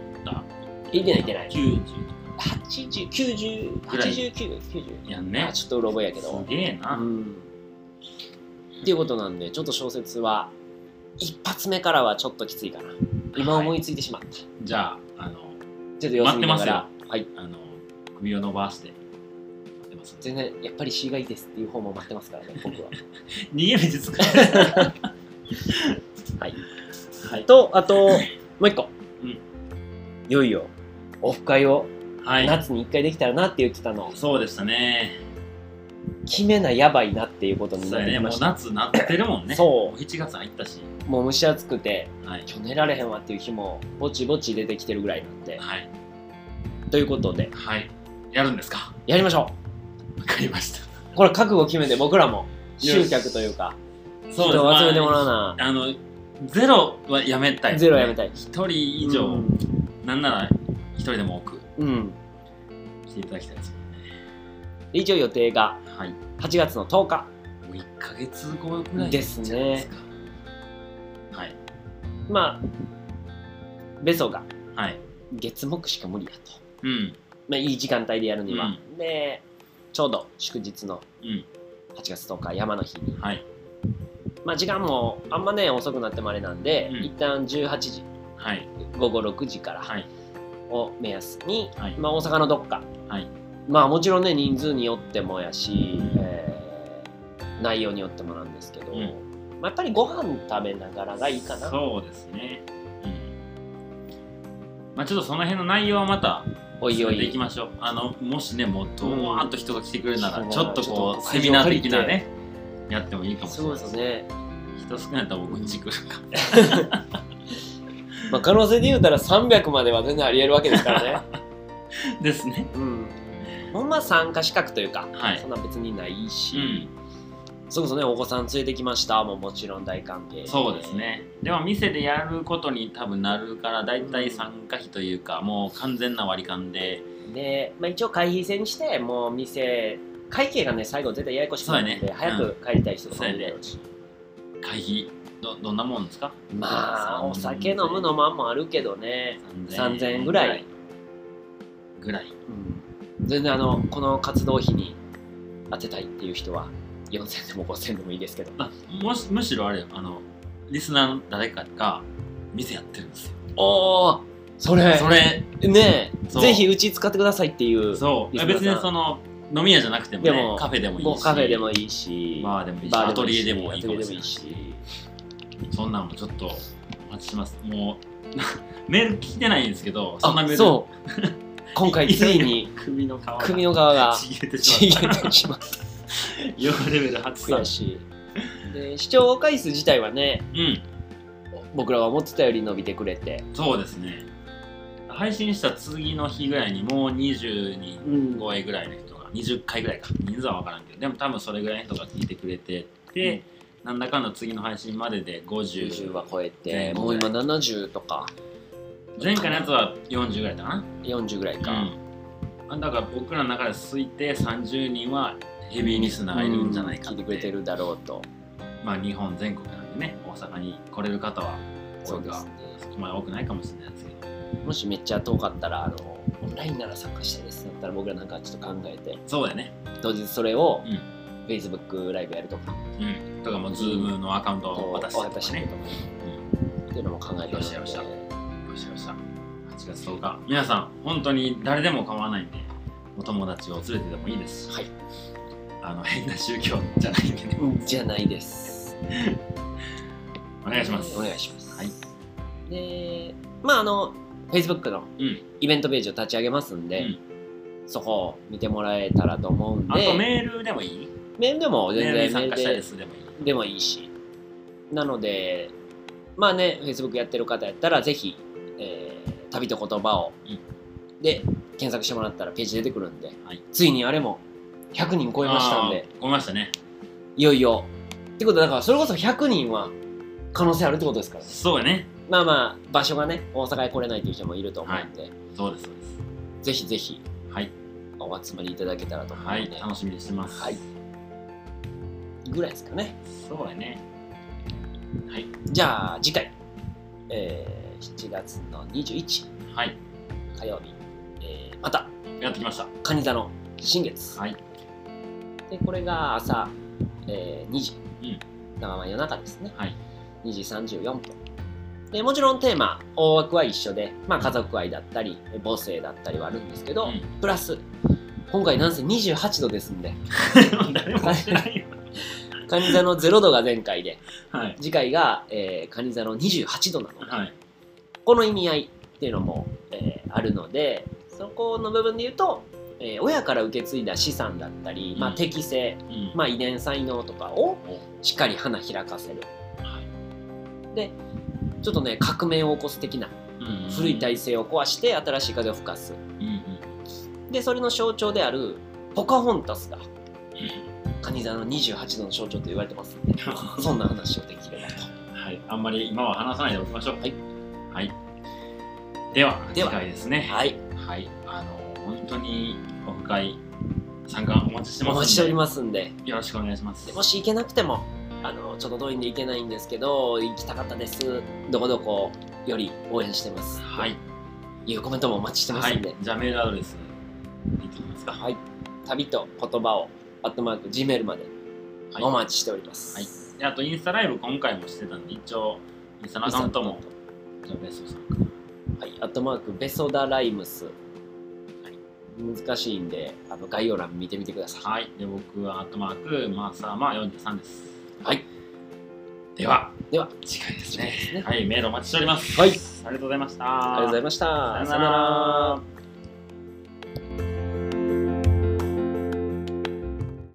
いってないいってないきゅうじゅうはちじゅうきゅうじゅうはちじゅうきゅう きゅうじゅうやんね。 あちょっとうろ覚えやけどすげえな、うん、 っていうことなんでちょっと小説は一発目からはちょっときついかな。今思いついてしまった、はい、 じゃああのちょっと様子見ながらはい、あの首を伸ばして全然やっぱり C がいいですっていう方も待ってますからね僕は逃げ道使うはい、はい、とあともう一個、うん、いよいよオフ会を夏にいっかいできたらなって言ってたの、はい、 そうでしたね。 決めなやばいなっていうことになってきました。 もう夏なってるもんね。そうしちがつ入ったしもう蒸し暑くて、はい、今日寝られへんわっていう日もぼちぼち出てきてるぐらいなんで、はい、ということで、 はい、やるんですか。 やりましょう。わかりました。 これ覚悟決めて僕らも集客というか人を集めてもらうな、 まあ、あのゼロはやめたい、ね、 ゼロはやめたい。 ひとり以上、うん、なんならひとりでも多く、うん、来ていただきたいですね。 一応予定がはちがつのとおか、 もういっかげつごぐらいですね。 はい。 まあベソが月木しか無理やと、うん、まあいい時間帯でやるには、うん、でちょうど祝日のはちがつとおか山の日に、はい、まあ時間もあんまね遅くなってもあれなんで、うん、一旦じゅうはちじ、はい、ごごろくじからを目安に、はい、まあ大阪のどっか、はい、まあもちろんね人数によってもやし、うんえー、内容によってもなんですけど、うんまあ、やっぱりご飯食べながらがいいかな。 そうですね、うんまあ、ちょっとその辺の内容はまたおいおいでいきましょう。あのもしねもうドワーッと人が来てくれるなら、 うん、 ちょっとこうちょっとセミナー的なねやってもいいかもしれないそうですね。 人少ないと僕んち来るかまあ可能性で言うたらさんびゃくまでは全然ありえるわけですからねですね。 うんほんま参加資格というか、 はい、 そんな別にないし、うん、 それこそねお子さん連れてきましたもうもちろん大歓迎。 そうですね。でも店でやることに多分なるからだいたい参加費というか、うん、もう完全な割り勘でで、 まあ、一応会費制にしてもう店会計がね最後絶対ややこしくなるので、ね、早く帰りたい人とかもいるだろうし、 うん、会費 ど, どんなもんですか？ まあお酒飲むのもあるけどねさんぜんえんぐらいぐらい、 うん、全然あのこの活動費に当てたいっていう人はよんせんでもごせんでもいいですけど、 あもしむしろあれよあのリスナーの誰かが店やってるんですよ。 おおそれそれねえぜひうち使ってくださいっていう。 そう別にその飲み屋じゃなくてもねもカフェでもいいしカフェでもいいしバーでもいいしアトリエでもいいかもしれないしそんなんもちょっとお待ちします。もうメール来てないんですけどそんなメールそう今回ついに首の皮が首の皮がちぎれてしまったヨガレベルはち悔しいで視聴回数自体はね、うん、僕らが思ってたより伸びてくれてそうですね配信した次の日ぐらいにもうにじゅうにん超えぐらいの人が、うん、にじゅっかいぐらいか人数は分からんけどでも多分それぐらいの人が聞いてくれてて、うんなんだかの次の配信まででごじゅう、ごじゅうは超えてもう今ななじゅうとか前回のやつはよんじゅうぐらいだなよんじゅうぐらいか、 うん、だから僕らの中で推定さんじゅうにんはヘビーリスナーがいるんじゃないかって、 うん、聞いてくれてるだろうとまあ日本全国なんでね大阪に来れる方はそうですねそこまで多くないかもしれないですけどもしめっちゃ遠かったらあのオンラインなら参加したいですだったら僕らなんかちょっと考えてそうだよね当日それを、うんFacebook ライブやるとか、 うん、とかも Zoom のアカウントを渡してとかね、 うん、っていうのも考えてるのでよしよしよしよしはちがつとおか皆さん本当に誰でも構わないんでお友達を連れてでもいいですし、はい、あの変な宗教じゃないんでね、 うん、じゃないですお願いします、 えー、お願いします、 はい、 でまああの Facebook のイベントページを立ち上げますんで、うん、そこを見てもらえたらと思うんであとメールでもいいメールでも全然メール参加したいですでもいいでもいいしなのでまあね Facebook やってる方やったらぜひ、えー、旅と言葉を、うん、で検索してもらったらページ出てくるんで、はい、ついにあれもひゃくにん超えましたんで超えましたねいよいよってことはだからそれこそひゃくにんは可能性あるってことですからねそうやねまあまあ場所がね大阪へ来れないという人もいると思うんで、はい、 そうですそうですぜひぜひ、 はい、 お集まりいただけたらと思うので、 はい、楽しみにしてます、 はいぐらいですかね。 そうやね。はい。 じゃあ次回、えー、しちがつのにじゅういち、 はい、 火曜日、えー、またやってきました。 蟹座の新月。 はい。 でこれが朝、えー、にじ、 うん、 だからまあ夜中ですね。 はい。 にじさんじゅうよんぷん。でもちろんテーマ大枠は一緒で、まあ、家族愛だったり母性だったりはあるんですけど、うん、プラス今回なんせにじゅうはちどですんで。 誰もしてないよ。 蟹座のゼロどが前回で、 はい、 次回が、えー、蟹座のにじゅうはちどなので、 はい、 この意味合いっていうのも、えー、あるのでそこの部分で言うと、えー、親から受け継いだ資産だったり、うんまあ、適性、うんまあ、遺伝才能とかをしっかり花開かせる、はい、でちょっとね革命を起こす的な、うんうん、古い体制を壊して新しい風を吹かす、うんうん、でそれの象徴であるポカホンタスが蟹座のにじゅうはちどの象徴と言われてますのでそんな話をできればとはいあんまり今は話さないでおきましょうはい、はい、では次回ですねはい、 はい、あの本当にオフ会参加お待ちしてますんでお待ちしておりますんでよろしくお願いしますでもし行けなくてもあのちょっと遠いんで行けないんですけど行きたかったですどこどこより応援してますはいいうコメントもお待ちしてますんで、 はい、じゃあメールアドレス言ってみますかはい旅と言葉をアットマーク Gmail までお待ちしております、 はいはい、であとインスタライブ今回もしてたんで一応インスタのアカウントもじゃあベソさんからはいアットマークベソダライムス、はい、難しいんであの概要欄見てみてくださいはいで僕はアットマークマーサーマーよんじゅうさんですはいではでは次回ですね、ね、はいメールお待ちしておりますはいありがとうございましたありがとうございましたさよなら。